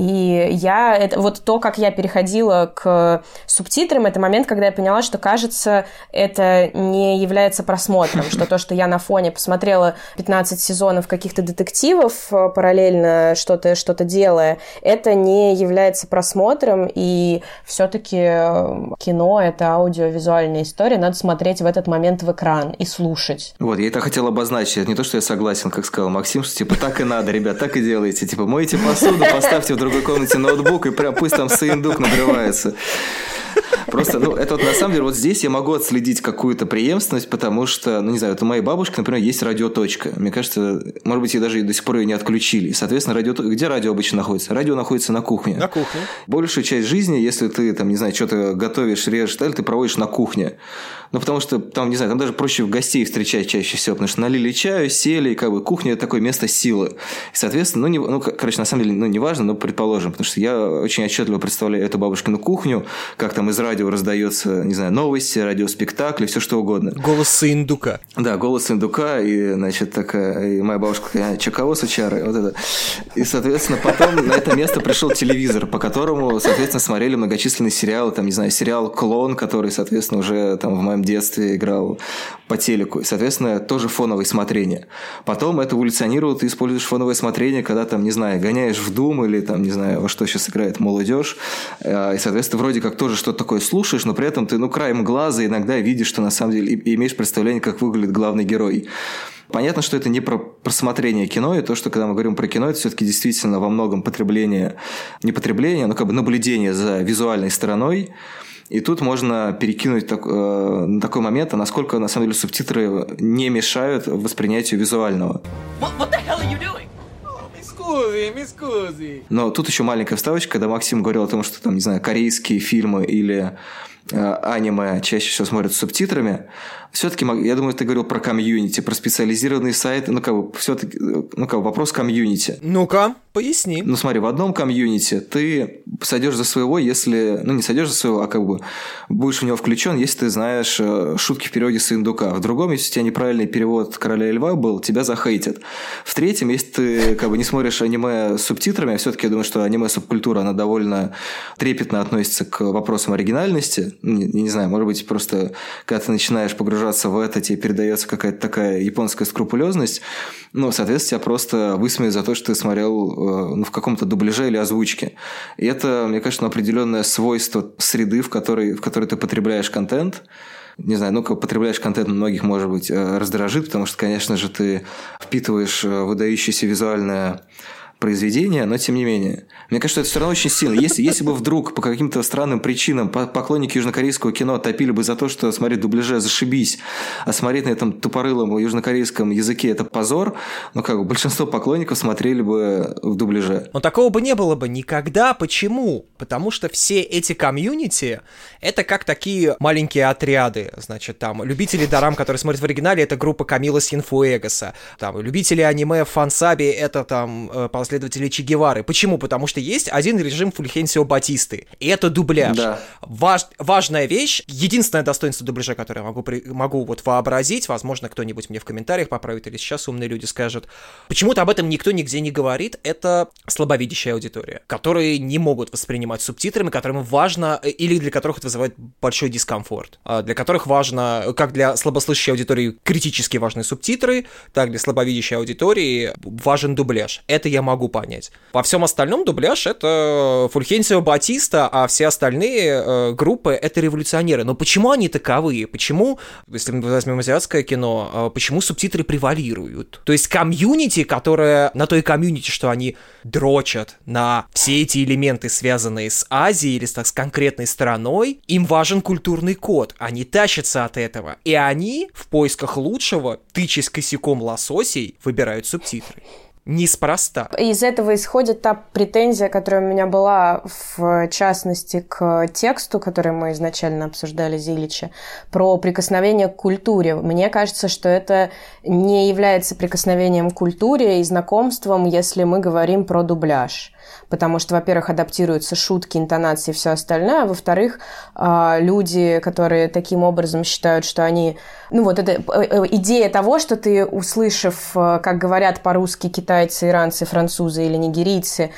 И вот то, как я переходила к субтитрам, это момент, когда я поняла, что, кажется, это не является просмотром, что то, что я на фоне посмотрела 15 сезонов каких-то детективов, параллельно что-то делая, это не является просмотром, и все-таки кино — это аудиовизуальная история, надо смотреть в этот момент в экран и слушать. Вот, я это хотел обозначить, это не то, что я согласен, как сказал Максим, что типа так и надо, ребят, так и делайте, типа мойте посуду, поставьте в другой комнате ноутбук, и прям пусть там сындук надрывается. Просто, это вот на самом деле, вот здесь я могу отследить какую-то преемственность, потому что, не знаю, это у моей бабушки, например, есть радиоточка. Мне кажется, может быть, ей даже до сих пор ее не отключили. Соответственно, где радио обычно находится? Радио находится на кухне. На кухне. Большую часть жизни, если ты, не знаю, что-то готовишь, режешь, ты проводишь на кухне. Потому что там, не знаю, там даже проще гостей встречать чаще всего, потому что налили чаю, сели, и кухня – это такое место силы. И, соответственно, на самом деле, не важно, но предположим, потому что я очень отчетливо представляю эту бабушкину кухню, как там из радио раздается, не знаю, новости, радиоспектакли, все что угодно. Голос сындука. Да, голос сындука, и, значит, и моя бабушка такая, чаково сучары, вот это. И, соответственно, потом на это место пришел телевизор, по которому, соответственно, смотрели многочисленные сериалы, там, не знаю, сериал «Клон», который, соответственно, уже там в моем детстве играл по телеку. И, соответственно, тоже фоновое смотрение. Потом это эволюционирует, ты используешь фоновое смотрение, когда там, не знаю, гоняешь в Doom или там, не знаю, во что сейчас играет молодежь. И, соответственно, вроде как тоже что-то такое слушаешь, но при этом ты, краем глаза иногда видишь, что на самом деле и имеешь представление, как выглядит главный герой. Понятно, что это не про просмотрение кино, и то, что когда мы говорим про кино, это все-таки действительно во многом наблюдение за визуальной стороной. И тут можно перекинуть на такой момент, насколько, на самом деле, субтитры не мешают воспринятию визуального. Но тут еще маленькая вставочка, когда Максим говорил о том, что там, не знаю, корейские фильмы или аниме чаще всего смотрят с субтитрами. Все-таки, я думаю, ты говорил про комьюнити, про специализированные сайты. Все-таки, вопрос комьюнити. Ну-ка, поясни. Смотри, в одном комьюнити ты сойдешь за своего, если... не сойдешь за своего, а будешь в него включен, если ты знаешь шутки в переводе сындука. В другом, если у тебя неправильный перевод «Короля и льва» был, тебя захейтят. В третьем, если ты не смотришь аниме с субтитрами, все-таки я думаю, что аниме-субкультура, она довольно трепетно относится к вопросам оригинальности. Не знаю, может быть, просто когда ты начинаешь погружаться в это, тебе передается какая-то такая японская скрупулезность. Соответственно, тебя просто высмеют за то, что ты смотрел в каком-то дубляже или озвучке. И это, мне кажется, определенное свойство среды, в которой ты потребляешь контент. Не знаю, потребляешь контент, многих, может быть, раздражит, потому что, конечно же, ты впитываешь выдающееся визуальное произведение, но тем не менее. Мне кажется, это все равно очень сильно. Если бы вдруг по каким-то странным причинам поклонники южнокорейского кино топили бы за то, что смотреть дубляже зашибись, а смотреть на этом тупорылом южнокорейском языке это позор, большинство поклонников смотрели бы в дубляже. Но такого бы не было бы никогда. Почему? Потому что все эти комьюнити — это как такие маленькие отряды. Значит, там любители дорам, которые смотрят в оригинале, это группа Камила Сьенфуэгаса. Там любители аниме в фансабе — это там последователи Че Гевары. Почему? Потому что есть один режим Фульхенсио Батисты. И это дубляж. Да. Важная вещь. Единственное достоинство дубляжа, которое я могу вообразить, возможно, кто-нибудь мне в комментариях поправит, или сейчас умные люди скажут. Почему-то об этом никто нигде не говорит. Это слабовидящая аудитория, которые не могут воспринимать субтитрами, которым важно, или для которых это вызывает большой дискомфорт. Для которых важно, как для слабослышащей аудитории критически важны субтитры, так для слабовидящей аудитории важен дубляж. Это я могу понять. Во всем остальном дубляж — это Фульхенсио Батиста, а все остальные группы — это революционеры. Но почему они таковые? Почему, если мы возьмем азиатское кино, почему субтитры превалируют? То есть комьюнити, которое на той комьюнити, что они дрочат на все эти элементы, связанные с Азией или с конкретной страной, им важен культурный код. Они тащатся от этого. И они в поисках лучшего, тычась косяком лососей, выбирают субтитры. неспроста. Из этого исходит та претензия, которая у меня была, в частности, к тексту, который мы изначально обсуждали, Зилича, про прикосновение к культуре. Мне кажется, что это не является прикосновением к культуре и знакомством, если мы говорим про дубляж. Потому что, во-первых, адаптируются шутки, интонации и все остальное, а во-вторых, люди, которые таким образом считают, что они... Ну вот эта идея того, что ты, услышав, как говорят по-русски китайцы, иранцы, французы или нигерийцы,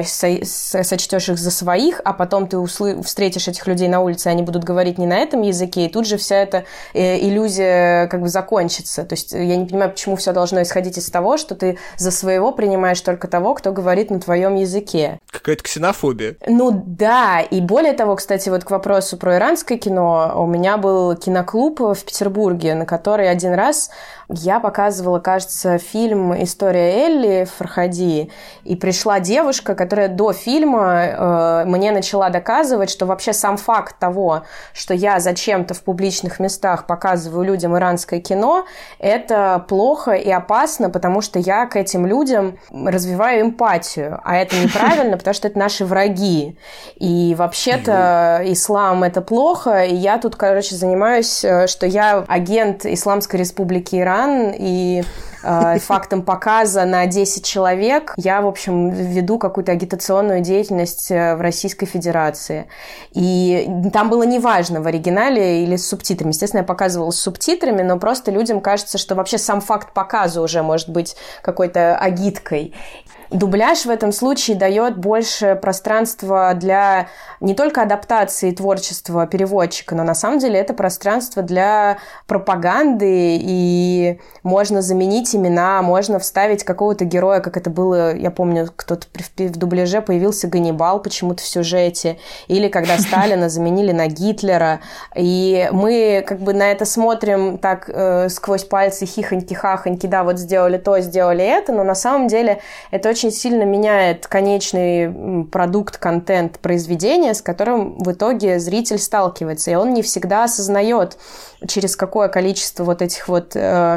сочтешь их за своих, а потом ты встретишь этих людей на улице, они будут говорить не на этом языке, и тут же вся эта иллюзия как бы закончится. То есть я не понимаю, почему все должно исходить из того, что ты за своего принимаешь только того, кто говорит на твоем языке. Какая-то ксенофобия. Ну да, и более того, кстати, вот к вопросу про иранское кино, у меня был киноклуб в Петербурге, на который один раз я показывала, кажется, фильм «История Элли» Фархади, и пришла девушка, которая до фильма мне начала доказывать, что вообще сам факт того, что я зачем-то в публичных местах показываю людям иранское кино, это плохо и опасно, потому что я к этим людям развиваю эмпатию, а это неправильно, потому что это наши враги. И вообще-то ислам – это плохо, и я тут, короче, занимаюсь, что я агент Исламской Республики Иран, и фактом показа на 10 человек я, в общем, веду какую-то агитационную деятельность в Российской Федерации. И там было неважно, в оригинале или с субтитрами. Естественно, я показывала с субтитрами, но просто людям кажется, что вообще сам факт показа уже может быть какой-то агиткой. Дубляж в этом случае дает больше пространства для не только адаптации творчества переводчика, но на самом деле это пространство для пропаганды, и можно заменить имена, можно вставить какого-то героя, как это было, я помню, кто-то в дубляже появился Ганнибал почему-то в сюжете, или когда Сталина заменили на Гитлера, и мы как бы на это смотрим так сквозь пальцы, хихоньки-хахоньки, да, вот сделали то, сделали это, но на самом деле это очень сильно меняет конечный продукт, контент произведения, с которым в итоге зритель сталкивается, и он не всегда осознает, через какое количество вот этих вот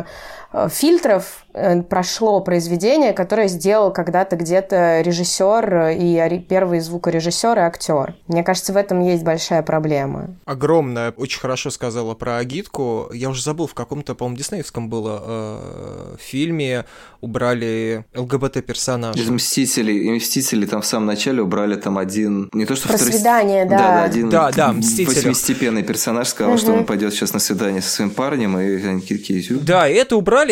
фильтров прошло произведение, которое сделал когда-то где-то режиссер и первый звукорежиссер и актер. Мне кажется, в этом есть большая проблема. Огромная. Очень хорошо сказала про агитку. Я уже забыл, в каком-то, по-моему, диснеевском было фильме убрали ЛГБТ-персонажа. Из «Мстителей» там в самом начале убрали там один... Не то, что про свидание, да. Один «Мстители». Восьмистепенный персонаж сказал, что он пойдет сейчас на свидание со своим парнем, и они такие... Да, и это убрали.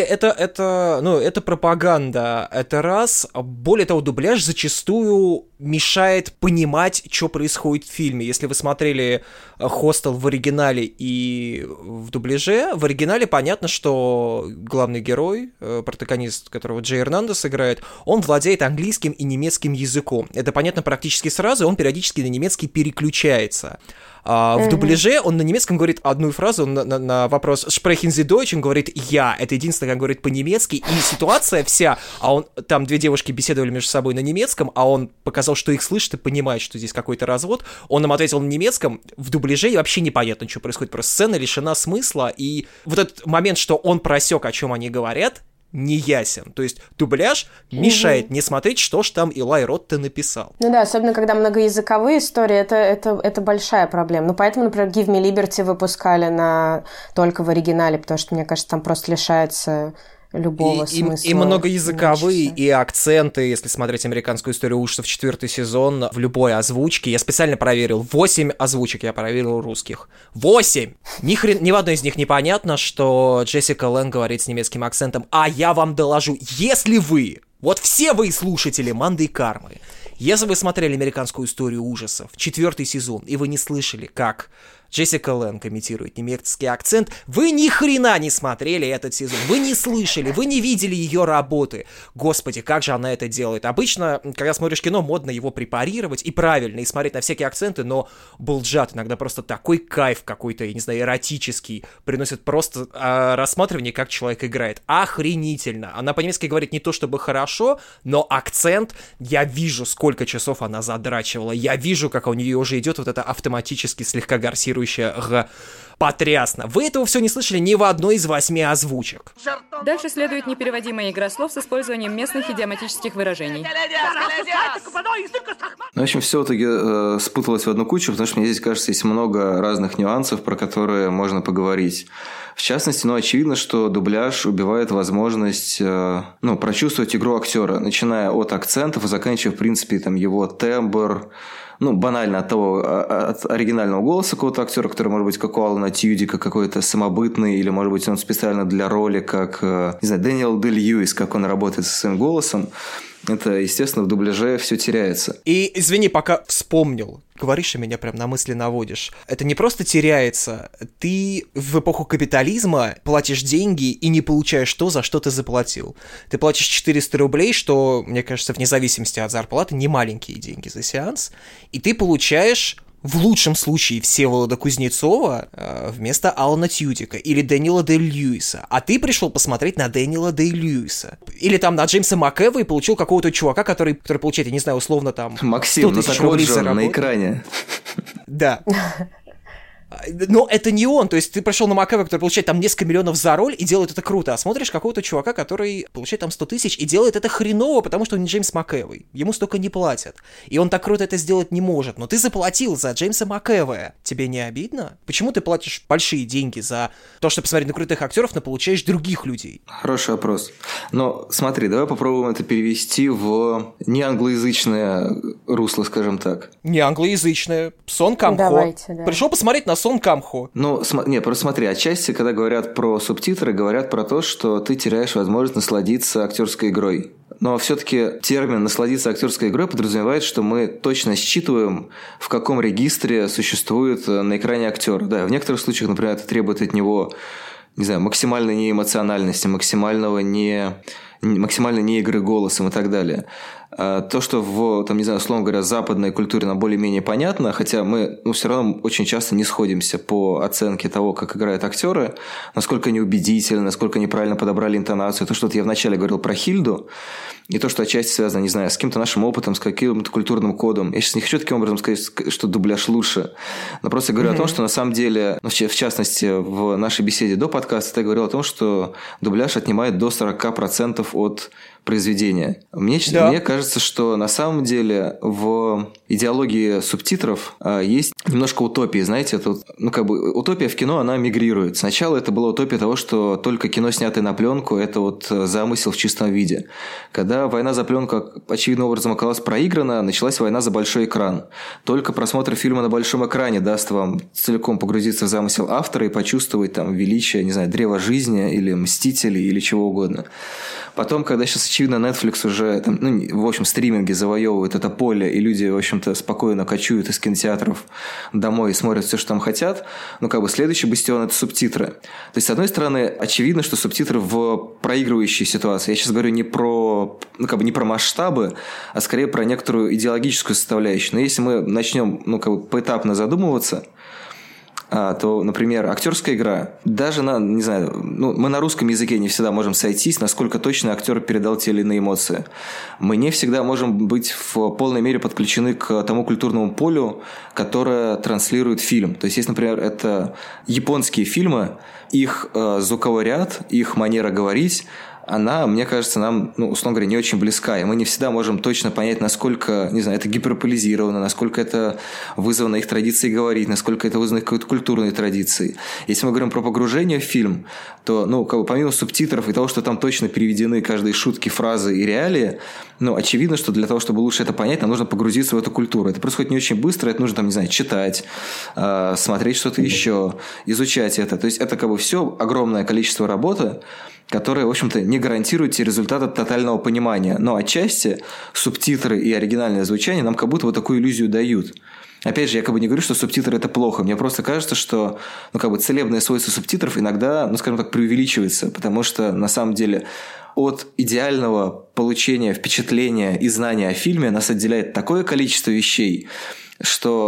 Это пропаганда, это раз. Более того, дубляж зачастую мешает понимать, что происходит в фильме. Если вы смотрели «Хостел» в оригинале и в дубляже, в оригинале понятно, что главный герой, протагонист, которого Джей Эрнандес играет, он владеет английским и немецким языком. Это понятно практически сразу, он периодически на немецкий переключается. В дубляже он на немецком говорит одну фразу, на вопрос «Sprechen Sie Deutsch?» он говорит «Я». Это единственное, как говорит по-немецки. И ситуация вся, там две девушки беседовали между собой на немецком, а он показал, что их слышит и понимает, что здесь какой-то развод. Он им ответил на немецком, в дубляже вообще непонятно, что происходит. Просто сцена лишена смысла, и вот этот момент, что он просек, о чем они говорят, не ясен. То есть дубляж мешает не смотреть, что ж там Элай Ротте написал. Ну да, особенно когда многоязыковые истории, это большая проблема. Ну поэтому, например, Give Me Liberty выпускали только в оригинале, потому что, мне кажется, там просто лишается любого смысла. И многоязыковые, и акценты, если смотреть «Американскую историю ужасов», 4-й сезон, в любой озвучке. Я специально проверил, 8 озвучек я проверил русских. 8! Ни в одной из них непонятно, что Джессика Лэнг говорит с немецким акцентом. А я вам доложу, если вы, вот все вы слушатели «Манды и кармы», если вы смотрели «Американскую историю ужасов», 4-й сезон, и вы не слышали, как Джессика Лэнг имитирует немецкий акцент, вы ни хрена не смотрели этот сезон, вы не слышали, вы не видели ее работы. Господи, как же она это делает. Обычно, когда смотришь кино, модно его препарировать, и правильно, и смотреть на всякие акценты, но Булджат иногда просто такой кайф какой-то, я не знаю, эротический, приносит просто рассматривание, как человек играет. Охренительно. Она по-немецки говорит не то чтобы хорошо, но акцент, я вижу, сколько часов она задрачивала, я вижу, как у нее уже идет вот это автоматически слегка горсирующее потрясно. Вы этого все не слышали ни в одной из 8 озвучек. Дальше следует непереводимая игра слов с использованием местных идиоматических выражений. В общем, все в итоге спуталось в одну кучу, потому что мне здесь, кажется, есть много разных нюансов, про которые можно поговорить. В частности, очевидно, что дубляж убивает возможность прочувствовать игру актера, начиная от акцентов и заканчивая, в принципе, там, его тембр, банально от оригинального голоса какого-то актера, который, может быть, как у Алана Тьюдика, какой-то самобытный, или, может быть, он специально для роли, как, не знаю, Дэниел Дэ-Льюис, как он работает со своим голосом. Это, естественно, в дубляже все теряется. И, извини, пока вспомнил, говоришь, и меня прям на мысли наводишь. Это не просто теряется. Ты в эпоху капитализма платишь деньги и не получаешь то, за что ты заплатил. Ты платишь 400 рублей, что, мне кажется, вне зависимости от зарплаты, не маленькие деньги за сеанс, и ты получаешь... в лучшем случае Всеволода Кузнецова вместо Алана Тьюдика или Дэниела Дэ-Льюиса. А ты пришел посмотреть на Дэниела Дэ-Льюиса. Или там на Джеймса МакЭва и получил какого-то чувака, который получает, я не знаю, условно там... Максим, так вот же он на экране. Да. Но это не он, то есть ты пришел на МакЭва, который получает там несколько миллионов за роль и делает это круто, а смотришь какого-то чувака, который получает там 100 тысяч и делает это хреново, потому что он не Джеймс МакЭвой, ему столько не платят, и он так круто это сделать не может, но ты заплатил за Джеймса МакЭва, тебе не обидно? Почему ты платишь большие деньги за то, чтобы посмотреть на крутых актеров, но получаешь других людей? Хороший вопрос. Но смотри, давай попробуем это перевести в неанглоязычное русло, скажем так. Не англоязычное. Сон Кам-Хо. Давайте, да. Пришел посмотреть на Сон Кам-Хо. Просто смотри, отчасти, когда говорят про субтитры, говорят про то, что ты теряешь возможность насладиться актерской игрой. Но все-таки термин «насладиться актерской игрой» подразумевает, что мы точно считываем, в каком регистре существует на экране актер. Да, в некоторых случаях, например, это требует от него, не знаю, максимальной неэмоциональности, максимальной не игры голосом и так далее. То, что в, там, не знаю, условно говоря, западной культуре нам более-менее понятно, хотя мы все равно очень часто не сходимся по оценке того, как играют актеры, насколько они убедительны, насколько они правильно подобрали интонацию. То, что я вначале говорил про Хильду, и то, что отчасти связано, не знаю, с каким-то нашим опытом, с каким-то культурным кодом. Я сейчас не хочу таким образом сказать, что дубляж лучше, но просто говорю о том, что на самом деле, в частности, в нашей беседе до подкаста я говорил о том, что дубляж отнимает до 40% от произведения. Мне кажется, что на самом деле в идеологии субтитров есть немножко утопии, знаете, это утопия в кино, она мигрирует. Сначала это была утопия того, что только кино, снятое на пленку, это замысел в чистом виде. Когда война за пленку очевидным образом оказалась проиграна, началась война за большой экран. Только просмотр фильма на большом экране даст вам целиком погрузиться в замысел автора и почувствовать там величие, не знаю, древа жизни или Мстителей или чего угодно. Потом, когда сейчас, очевидно, Netflix уже, там, в общем, стриминги завоевывают это поле, и люди, в общем-то, спокойно кочуют из кинотеатров домой и смотрят все, что там хотят, следующий бастион – это субтитры. То есть, с одной стороны, очевидно, что субтитры в проигрывающей ситуации. Я сейчас говорю не про масштабы, а скорее про некоторую идеологическую составляющую. Но если мы начнем, поэтапно задумываться, то, например, актерская игра, даже мы на русском языке не всегда можем сойтись, насколько точно актер передал те или иные эмоции. Мы не всегда можем быть в полной мере подключены к тому культурному полю, которое транслирует фильм. То есть, если, например, это японские фильмы, их звуковой ряд, их манера говорить, она, мне кажется, нам, условно говоря, не очень близка. И мы не всегда можем точно понять, насколько, не знаю, это гиперполизировано, насколько это вызвано их традицией говорить, насколько это вызвано их какой-то культурной традицией. Если мы говорим про погружение в фильм, то, помимо субтитров и того, что там точно переведены каждые шутки, фразы и реалии, очевидно, что для того, чтобы лучше это понять, нам нужно погрузиться в эту культуру. Это происходит не очень быстро, это нужно, читать, смотреть что-то еще, изучать это. То есть, это все огромное количество работы, которые, в общем-то, не гарантируют тебе результата тотального понимания. Но отчасти субтитры и оригинальное звучание нам как будто такую иллюзию дают. Опять же, я не говорю, что субтитры – это плохо. Мне просто кажется, что целебное свойство субтитров иногда, скажем так, преувеличивается, потому что, на самом деле, от идеального получения впечатления и знания о фильме нас отделяет такое количество вещей, что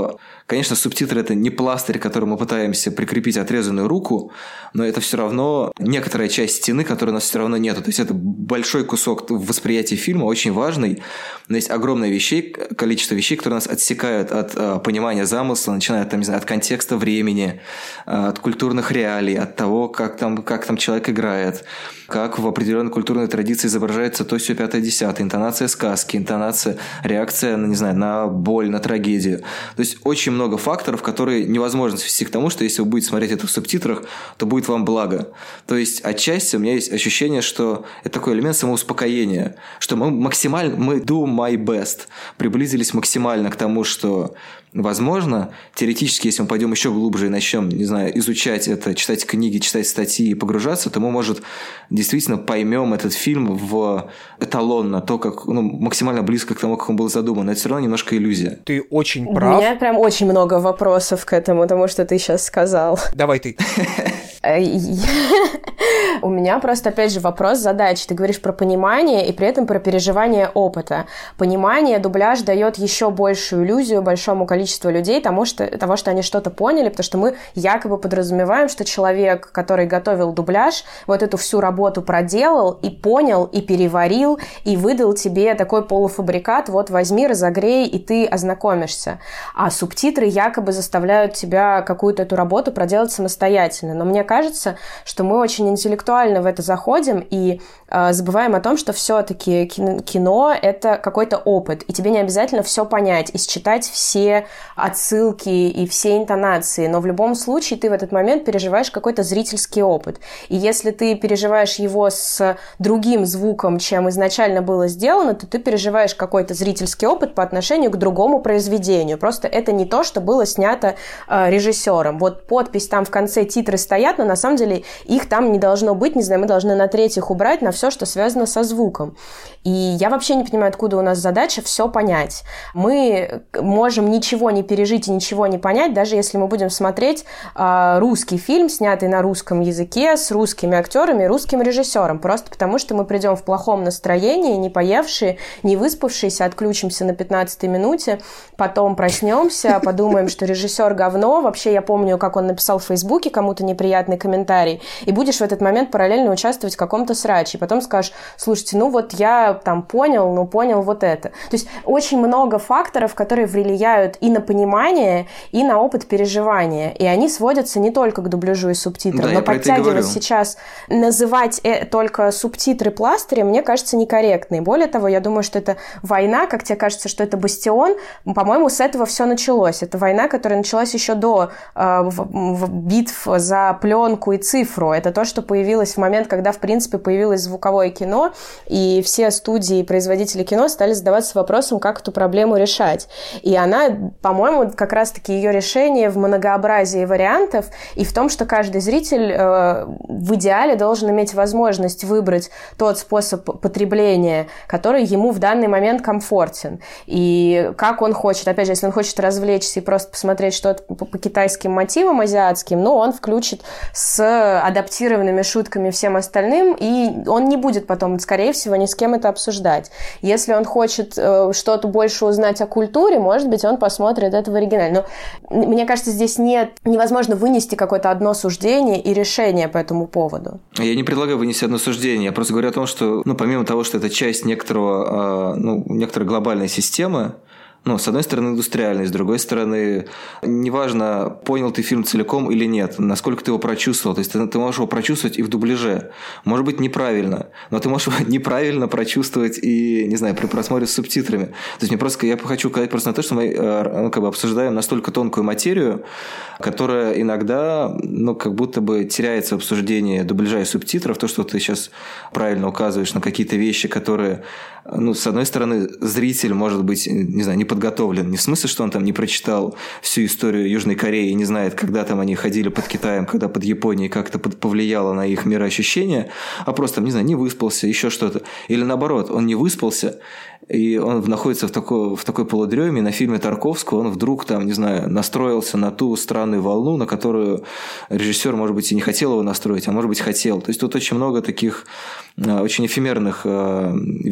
Конечно, субтитры – это не пластырь, который мы пытаемся прикрепить отрезанную руку, но это все равно некоторая часть стены, которой у нас все равно нету. То есть это большой кусок восприятия фильма, очень важный. Но есть огромное количество вещей, которые нас отсекают от понимания замысла, начиная там, не знаю, от контекста времени, от культурных реалий, от того, как там человек играет, как в определенной культурной традиции изображается то, сё, 5, 10, интонация сказки, интонация, реакция, не знаю, на боль, на трагедию. То есть очень много факторов, которые невозможно свести к тому, что если вы будете смотреть это в субтитрах, то будет вам благо. То есть отчасти у меня есть ощущение, что это такой элемент самоуспокоения, что мы do my best, приблизились максимально к тому, что возможно, теоретически, если мы пойдем еще глубже и начнем, не знаю, изучать это, читать книги, читать статьи и погружаться, то мы, может, действительно поймем этот фильм в эталонно, то, как максимально близко к тому, как он был задуман. Но это все равно немножко иллюзия. Ты очень прав. У меня прям очень много вопросов к этому, тому, что ты сейчас сказал. Давай ты. У меня просто, опять же, вопрос, задачи. Ты говоришь про понимание и при этом про переживание опыта. Понимание дубляж дает еще большую иллюзию большому количеству людей того, что они что-то поняли, потому что мы якобы подразумеваем, что человек, который готовил дубляж, вот эту всю работу проделал и понял, и переварил, и выдал тебе такой полуфабрикат, вот возьми, разогрей, и ты ознакомишься. А субтитры якобы заставляют тебя какую-то эту работу проделать самостоятельно. Но мне кажется, что мы очень интеллектуально в это заходим и забываем о том, что все-таки кино — это какой-то опыт, и тебе не обязательно все понять и считать все отсылки и все интонации, но в любом случае ты в этот момент переживаешь какой-то зрительский опыт. И если ты переживаешь его с другим звуком, чем изначально было сделано, то ты переживаешь какой-то зрительский опыт по отношению к другому произведению. Просто это не то, что было снято режиссером. Вот подпись там в конце, титры стоят, но на самом деле их там не должно быть, не знаю, мы должны на третьих убрать на все, что связано со звуком. И я вообще не понимаю, откуда у нас задача все понять. Мы можем ничего не пережить и ничего не понять, даже если мы будем смотреть русский фильм, снятый на русском языке, с русскими актерами, русским режиссером, просто потому что мы придем в плохом настроении, не поевшие, не выспавшиеся, отключимся на 15-й минуте, потом проснемся, подумаем, что режиссер говно. Вообще, я помню, как он написал в Фейсбуке кому-то неприятный комментарий, и будешь в этот момент параллельно участвовать в каком-то сраче, и потом скажешь: слушайте, я там понял вот это. То есть очень много факторов, которые влияют и на понимание, и на опыт переживания, и они сводятся не только к дубляжу и субтитрам, но подтягивать сейчас, называть только субтитры пластырем, мне кажется, некорректно. И более того, я думаю, что это война, как тебе кажется, что это «Бастион», по-моему, с этого все началось. Это война, которая началась еще до битв за пленку и цифру. Это то, что появилось в момент, когда, в принципе, появилось звуковое кино, и все студии и производители кино стали задаваться вопросом, как эту проблему решать. И она, по-моему, как раз-таки ее решение в многообразии вариантов и в том, что каждый зритель в идеале должен иметь возможность выбрать тот способ потребления, который ему в данный момент комфортен. И как он хочет, опять же, если он хочет развлечься и просто посмотреть что-то по китайским мотивам азиатским, он включит с адаптированными шутками всем остальным, и он не будет потом, скорее всего, ни с кем это обсуждать. Если он хочет что-то больше узнать о культуре, может быть, он посмотрит это в оригинале. Но мне кажется, здесь невозможно вынести какое-то одно суждение и решение по этому поводу. Я не предлагаю вынести одно суждение. Я просто говорю о том, что, помимо того, что это часть некоторой глобальной системы, с одной стороны, индустриальный, с другой стороны, неважно, понял ты фильм целиком или нет, насколько ты его прочувствовал. То есть ты можешь его прочувствовать и в дубляже. Может быть, неправильно, но ты можешь его неправильно прочувствовать и, не знаю, при просмотре с субтитрами. То есть я хочу сказать просто на то, что мы обсуждаем настолько тонкую материю, которая иногда, как будто бы теряется в обсуждении дубляжа и субтитров. То, что ты сейчас правильно указываешь на какие-то вещи, которые, с одной стороны, зритель, может быть, не знаю, не подготовлен. Не в смысле, что он там не прочитал всю историю Южной Кореи и не знает, когда там они ходили под Китаем, когда под Японией, как это повлияло на их мироощущение, а просто, не знаю, не выспался, еще что-то. Или наоборот, он не выспался, и он находится в такой полудреме, и на фильме Тарковского он вдруг там, не знаю, настроился на ту странную волну, на которую режиссер, может быть, и не хотел его настроить, а может быть, хотел. То есть тут очень много таких очень эфемерных вещей,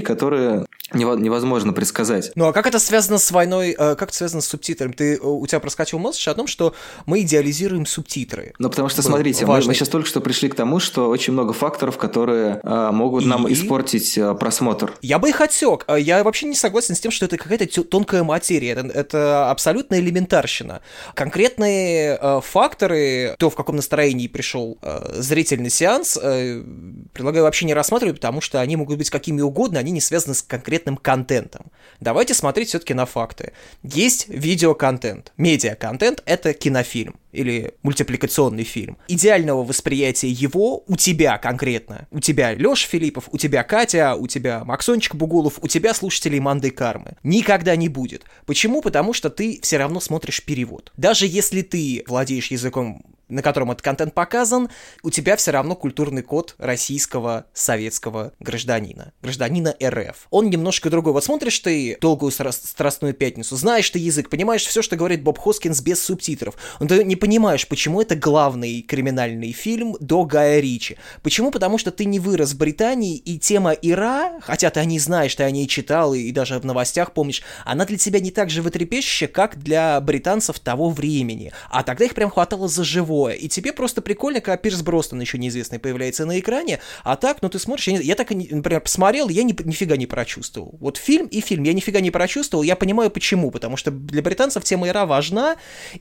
которые невозможно предсказать. Ну а как это связано с войной, как это связано с субтитрами? У тебя проскочил мысль о том, что мы идеализируем субтитры. Ну потому что, смотрите, мы сейчас только что пришли к тому, что очень много факторов, которые могут нам испортить просмотр. Я бы их отсек. Я вообще не согласен с тем, что это какая-то тонкая материя. Это абсолютно элементарщина. Конкретные факторы, то, в каком настроении пришел зрительный сеанс, предлагаю вообще не рассматривать, потому что они могут быть какими угодно, они не связаны с конкретным контентом. Давайте смотреть все-таки на факты. Есть видеоконтент. Медиаконтент — это кинофильм или мультипликационный фильм. Идеального восприятия его у тебя конкретно. У тебя Лёша Филиппов, у тебя Катя, у тебя Максончик Бугулов, у тебя слушателей Манды Кармы. Никогда не будет. Почему? Потому что ты все равно смотришь перевод. Даже если ты владеешь языком, на котором этот контент показан, у тебя все равно культурный код российского советского гражданина РФ. Он немножко другой. Вот смотришь ты «Долгую страстную пятницу», знаешь ты язык, понимаешь все, что говорит Боб Хоскинс без субтитров, но ты не понимаешь, почему это главный криминальный фильм до Гая Ричи. Почему? Потому что ты не вырос в Британии, и тема Ира, хотя ты о ней знаешь, ты о ней читал, и даже в новостях помнишь, она для тебя не так животрепещущая, как для британцев того времени. А тогда их прям хватало за живое. И тебе просто прикольно, когда Пирс Броснан еще неизвестный появляется на экране, а так, ну ты смотришь, я так, например, посмотрел, я нифига не прочувствовал. Вот фильм и фильм я нифига не прочувствовал, я понимаю почему, потому что для британцев тема Ира важна,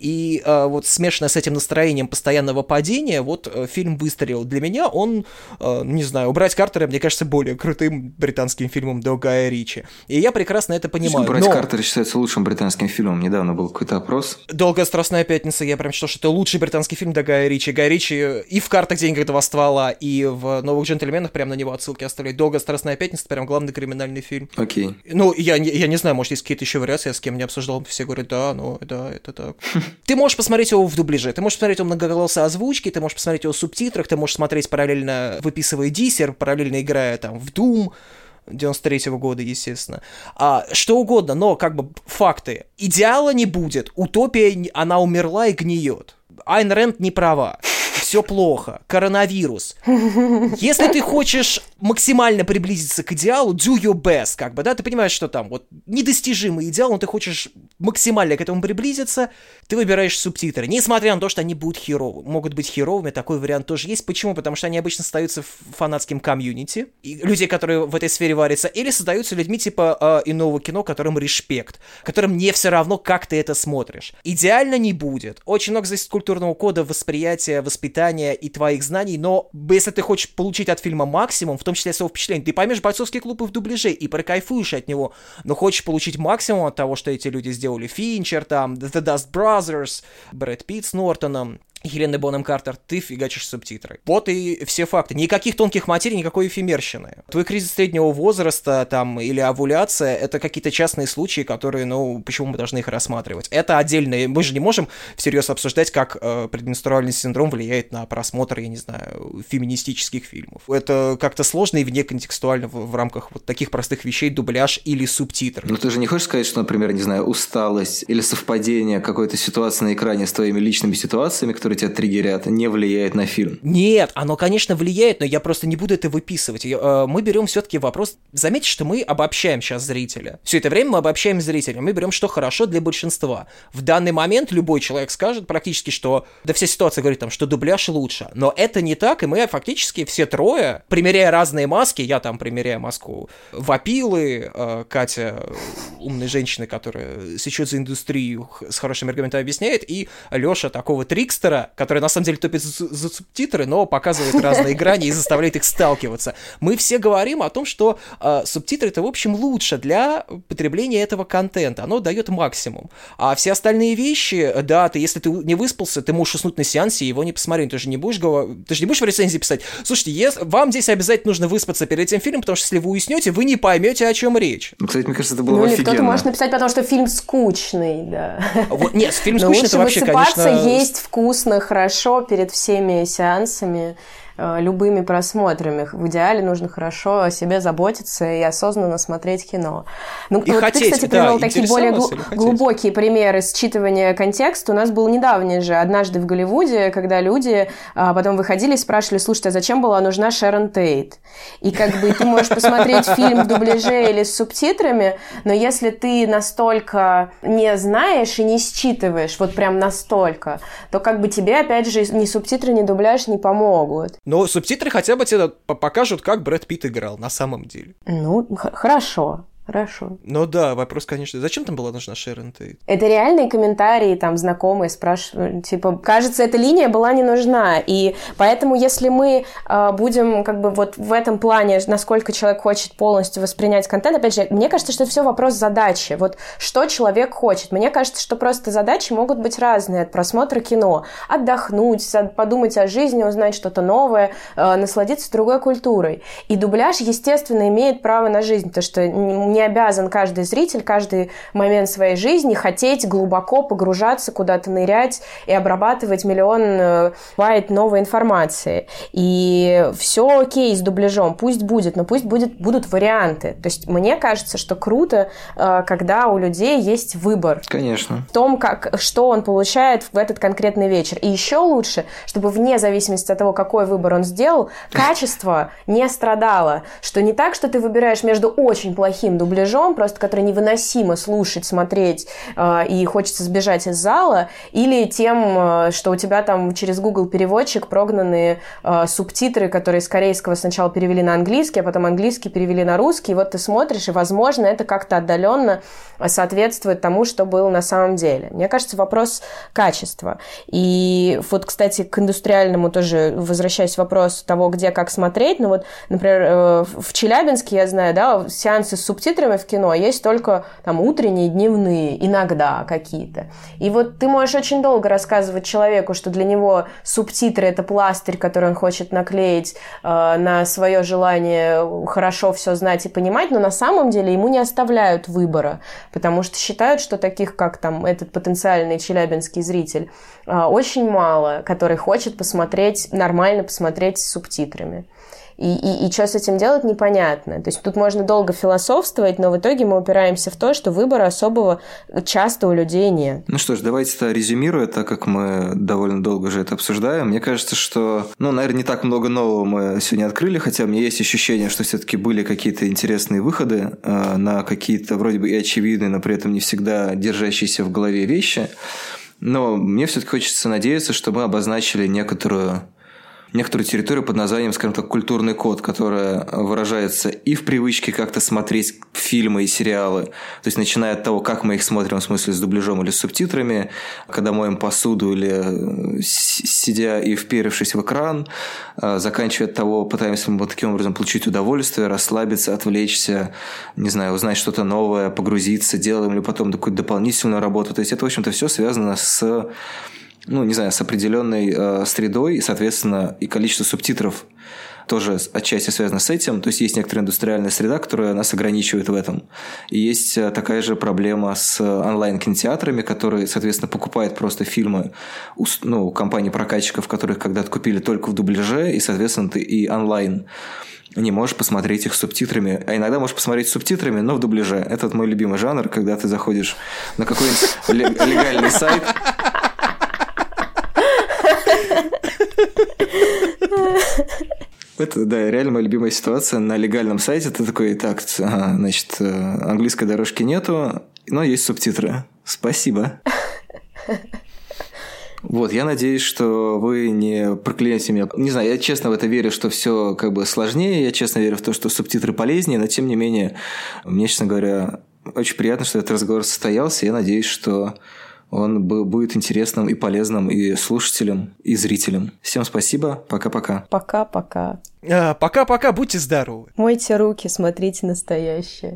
и вот смешанная с этим настроением постоянного падения, вот фильм выстрелил. Для меня он, не знаю, «Убрать Картера», мне кажется, более крутым британским фильмом до Гая Ричи. И я прекрасно это понимаю. «Убрать Картера» считается лучшим британским фильмом. Недавно был какой-то опрос. «Долгая страстная пятница», я прям считал, что это лучший британский фильм до Гая Ричи. Гай Ричи и в «Картах денег этого ствола», и в «Новых джентльменах» прям на него отсылки оставляют. «Долгая страстная пятница» — прям главный криминальный фильм. Окей. Ну, я не знаю, может, есть какие-то еще вариации, я с кем не обсуждал, все говорят, да, это так. Ты можешь посмотреть его в дубляже, ты можешь посмотреть его в многоголосой озвучке, ты можешь посмотреть его в субтитрах, ты можешь смотреть параллельно, выписывая диссер, параллельно играя там в Doom 93-го года, естественно. Что угодно, но как бы факты. Идеала не будет, утопия, она умерла и гниет. Айн Рэнд не права. Все плохо. Коронавирус. Если ты хочешь максимально приблизиться к идеалу, do your best, как бы, да, ты понимаешь, что там вот недостижимый идеал, но ты хочешь максимально к этому приблизиться, ты выбираешь субтитры. Несмотря на то, что они могут быть херовыми, такой вариант тоже есть. Почему? Потому что они обычно создаются фанатским комьюнити, людей, которые в этой сфере варятся, или создаются людьми типа иного кино, которым респект, которым не все равно, как ты это смотришь. Идеально не будет. Очень много зависит от культурного кода, восприятия, воспитания и твоих знаний, но если ты хочешь получить от фильма максимум, в том числе своего впечатления, ты поймешь «Бойцовский клуб» и в дубляже, и прокайфуешь от него, но хочешь получить максимум от того, что эти люди сделали, Финчер, там, The Dust Brothers, Брэд Питт с Нортоном, Хеленой Бонем Картер, ты фигачишь субтитры. Вот и все факты. Никаких тонких материй, никакой эфемерщины. Твой кризис среднего возраста там, или овуляция — это какие-то частные случаи, которые, ну, почему мы должны их рассматривать? Это отдельно. Мы же не можем всерьез обсуждать, как предменструальный синдром влияет на просмотр, я не знаю, феминистических фильмов. Это как-то сложно и вне контекстуально в рамках вот таких простых вещей, дубляж или субтитры. Но ты же не хочешь сказать, что, например, не знаю, усталость или совпадение какой-то ситуации на экране с твоими личными ситуациями, которые тебя триггерят, не влияет на фильм? Нет, оно, конечно, влияет, но я просто не буду это выписывать. Мы берем все-таки вопрос... Заметьте, что мы обобщаем сейчас зрителя. Все это время мы обобщаем зрителя. Мы берем, что хорошо для большинства. В данный момент любой человек скажет практически, что... Да вся ситуация говорит, там, что дубляж лучше. Но это не так, и мы фактически все трое, примеряя разные маски, я там примеряю маску вопилы, Катя, умной женщины, которая сечет за индустрию, с хорошими аргументами объясняет, и Лёша, такого трикстера, который на самом деле топит за субтитры, но показывает разные грани и заставляет их сталкиваться. Мы все говорим о том, что субтитры — это, в общем, лучше для потребления этого контента. Оно дает максимум. А все остальные вещи, да, если ты не выспался, ты можешь уснуть на сеансе и его не посмотреть. Ты же не будешь в рецензии писать: слушайте, вам здесь обязательно нужно выспаться перед этим фильмом, потому что если вы уснете, вы не поймете, о чем речь. Ну, кстати, мне кажется, это было бы офигенно. Кто-то может написать, потому что фильм скучный, да. Нет, фильм скучный — это вообще, конечно... есть вкусно, хорошо перед всеми сеансами. любыми просмотрами. В идеале нужно хорошо о себе заботиться и осознанно смотреть кино. Ну, и вот хотеть, ты, кстати, привел такие более глубокие примеры считывания контекста. У нас был недавний же «Однажды в Голливуде», когда люди потом выходили и спрашивали: слушайте, а зачем была нужна Шерон Тейт? И как бы ты можешь посмотреть фильм в дубляже или с субтитрами, но если ты настолько не знаешь и не считываешь, вот прям настолько, то как бы тебе, опять же, ни субтитры, ни дубляж не помогут. Но субтитры хотя бы тебе покажут, как Брэд Питт играл на самом деле. Ну, хорошо. Хорошо. Ну да, вопрос, конечно, зачем там была нужна Шерон Тейт? Это реальные комментарии, там, знакомые спрашивают, типа, кажется, эта линия была не нужна, и поэтому, если мы будем, как бы, вот в этом плане, насколько человек хочет полностью воспринять контент, опять же, мне кажется, что это все вопрос задачи, вот, что человек хочет. Мне кажется, что просто задачи могут быть разные от просмотра кино. Отдохнуть, подумать о жизни, узнать что-то новое, насладиться другой культурой. И дубляж, естественно, имеет право на жизнь, потому что не обязан каждый зритель каждый момент своей жизни хотеть глубоко погружаться, куда-то нырять и обрабатывать миллион байт новой информации. И все окей с дубляжом, пусть будет, но пусть будут варианты. То есть мне кажется, что круто, когда у людей есть выбор. Конечно. В том, что он получает в этот конкретный вечер. И еще лучше, чтобы вне зависимости от того, какой выбор он сделал, качество не страдало. Что не так, что ты выбираешь между очень плохим дубляжом, просто который невыносимо слушать, смотреть, и хочется сбежать из зала, или тем, что у тебя там через Google переводчик прогнанные субтитры, которые с корейского сначала перевели на английский, а потом английский перевели на русский, и вот ты смотришь, и, возможно, это как-то отдаленно соответствует тому, что было на самом деле. Мне кажется, вопрос качества. И вот, кстати, к индустриальному тоже, возвращаясь к вопросу того, где, как смотреть, ну вот, например, в Челябинске, я знаю, да, сеансы с субтитрами в кино есть только там утренние, дневные, иногда какие-то. И вот ты можешь очень долго рассказывать человеку, что для него субтитры — это пластырь, который он хочет наклеить на свое желание хорошо все знать и понимать, но на самом деле ему не оставляют выбора, потому что считают, что таких, как там этот потенциальный челябинский зритель, очень мало, который хочет нормально посмотреть с субтитрами. И что с этим делать, непонятно. То есть тут можно долго философствовать, но в итоге мы упираемся в то, что выбора особого часто у людей нет. Ну что ж, давайте-то резюмируя, так как мы довольно долго уже это обсуждаем. Мне кажется, что, наверное, не так много нового мы сегодня открыли, хотя у меня есть ощущение, что все-таки были какие-то интересные выходы на какие-то вроде бы и очевидные, но при этом не всегда держащиеся в голове вещи. Но мне все-таки хочется надеяться, что мы обозначили некоторую территорию под названием, скажем так, культурный код, которая выражается и в привычке как-то смотреть фильмы и сериалы, то есть начиная от того, как мы их смотрим, в смысле с дубляжом или с субтитрами, когда моем посуду или сидя и вперевшись в экран, заканчивая от того, пытаемся мы вот таким образом получить удовольствие, расслабиться, отвлечься, не знаю, узнать что-то новое, погрузиться, делаем ли потом какую-то дополнительную работу. То есть это, в общем-то, все связано с с определенной средой, и, соответственно, и количество субтитров тоже отчасти связано с этим. То есть есть некоторая индустриальная среда, которая нас ограничивает в этом. И есть такая же проблема с онлайн-кинотеатрами, которые, соответственно, покупают просто фильмы у компаний-прокатчиков, которых когда-то купили только в дубляже, и, соответственно, ты и онлайн не можешь посмотреть их с субтитрами. А иногда можешь посмотреть с субтитрами, но в дубляже. Это мой любимый жанр, когда ты заходишь на какой-нибудь легальный сайт. Это, да, реально моя любимая ситуация. На легальном сайте ты такой: так, значит, английской дорожки нету, но есть субтитры. Спасибо. Вот, я надеюсь, что вы не проклянете меня. Не знаю, я честно в это верю, что все как бы сложнее. Я честно верю в то, что субтитры полезнее, но тем не менее, мне, честно говоря, очень приятно, что этот разговор состоялся. Я надеюсь, что он будет интересным и полезным и слушателям, и зрителям. Всем спасибо. Пока-пока. Пока-пока. Пока-пока. Будьте здоровы. Мойте руки, смотрите настоящее.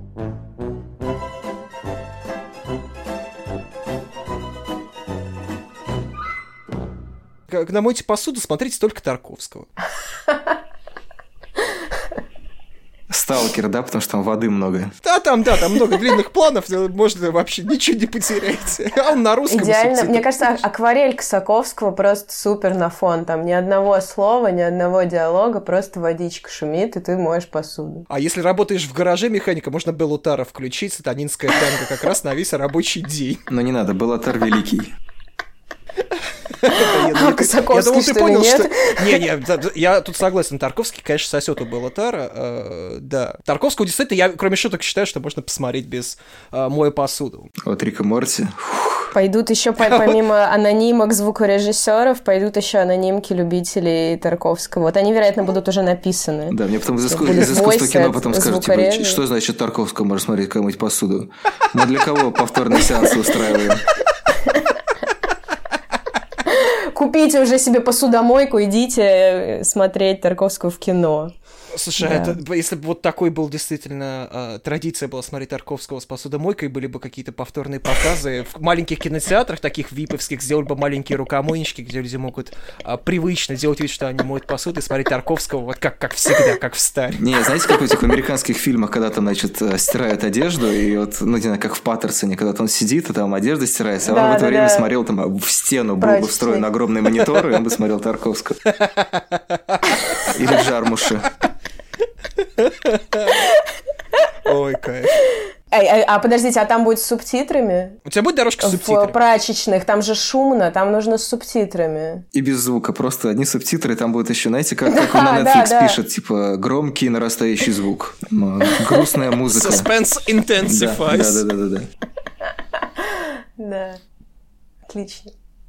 Когда мойте посуду, смотрите только Тарковского. Сталкер, да, потому что там воды много. Там много длинных планов, можно вообще ничего не потерять. А он на русском. Идеально. Мне кажется, акварель Косаковского просто супер на фон. Там ни одного слова, ни одного диалога, просто водичка шумит, и ты моешь посуду. А если работаешь в гараже механика, можно Беллутара включить, сатанинская танго как раз на весь рабочий день. Но не надо, Беллутар великий. Косаковский, что ли, нет? Не, я тут согласен. Тарковский, конечно, сосет у Беллутара. Да. Тарковского действительно, я кроме шуток считаю, что можно посмотреть без моя посуду. Вот Рик и Морти. Пойдут еще, помимо анонимок звукорежиссеров, пойдут еще анонимки любителей Тарковского. Вот они, вероятно, будут уже написаны. Да, мне потом из искусства кино потом скажут, типа, что значит Тарковского можно смотреть кому-нибудь посуду? Мы для кого повторные сеансы устраиваем? Купите уже себе посудомойку, идите смотреть Тарковского в кино. Слушай, да. Если бы вот такой был действительно традиция была смотреть Тарковского с посудомойкой, были бы какие-то повторные показы в маленьких кинотеатрах, таких виповских, сделали бы маленькие рукомойнички, где люди могут привычно делать вид, что они моют посуду, и смотреть Тарковского вот как всегда, как в старе. Не, знаете, как в этих американских фильмах, когда там, значит, стирают одежду, и вот, ну, не знаю, как в Паттерсоне, когда он сидит, и там одежда стирается, а он в это время смотрел там в стену, был бы встроен огромный монитор, и он бы смотрел Тарковского. Или Джармуша. Ой, кайф. А подождите, а там будет с субтитрами? У тебя будет дорожка с субтитрами? В прачечных, там же шумно, там нужно с субтитрами. И без звука, просто одни субтитры, там будет еще, знаете, как на Netflix пишет, типа, громкий нарастающий звук, грустная музыка. Suspense intensifies. Да. Да, отлично.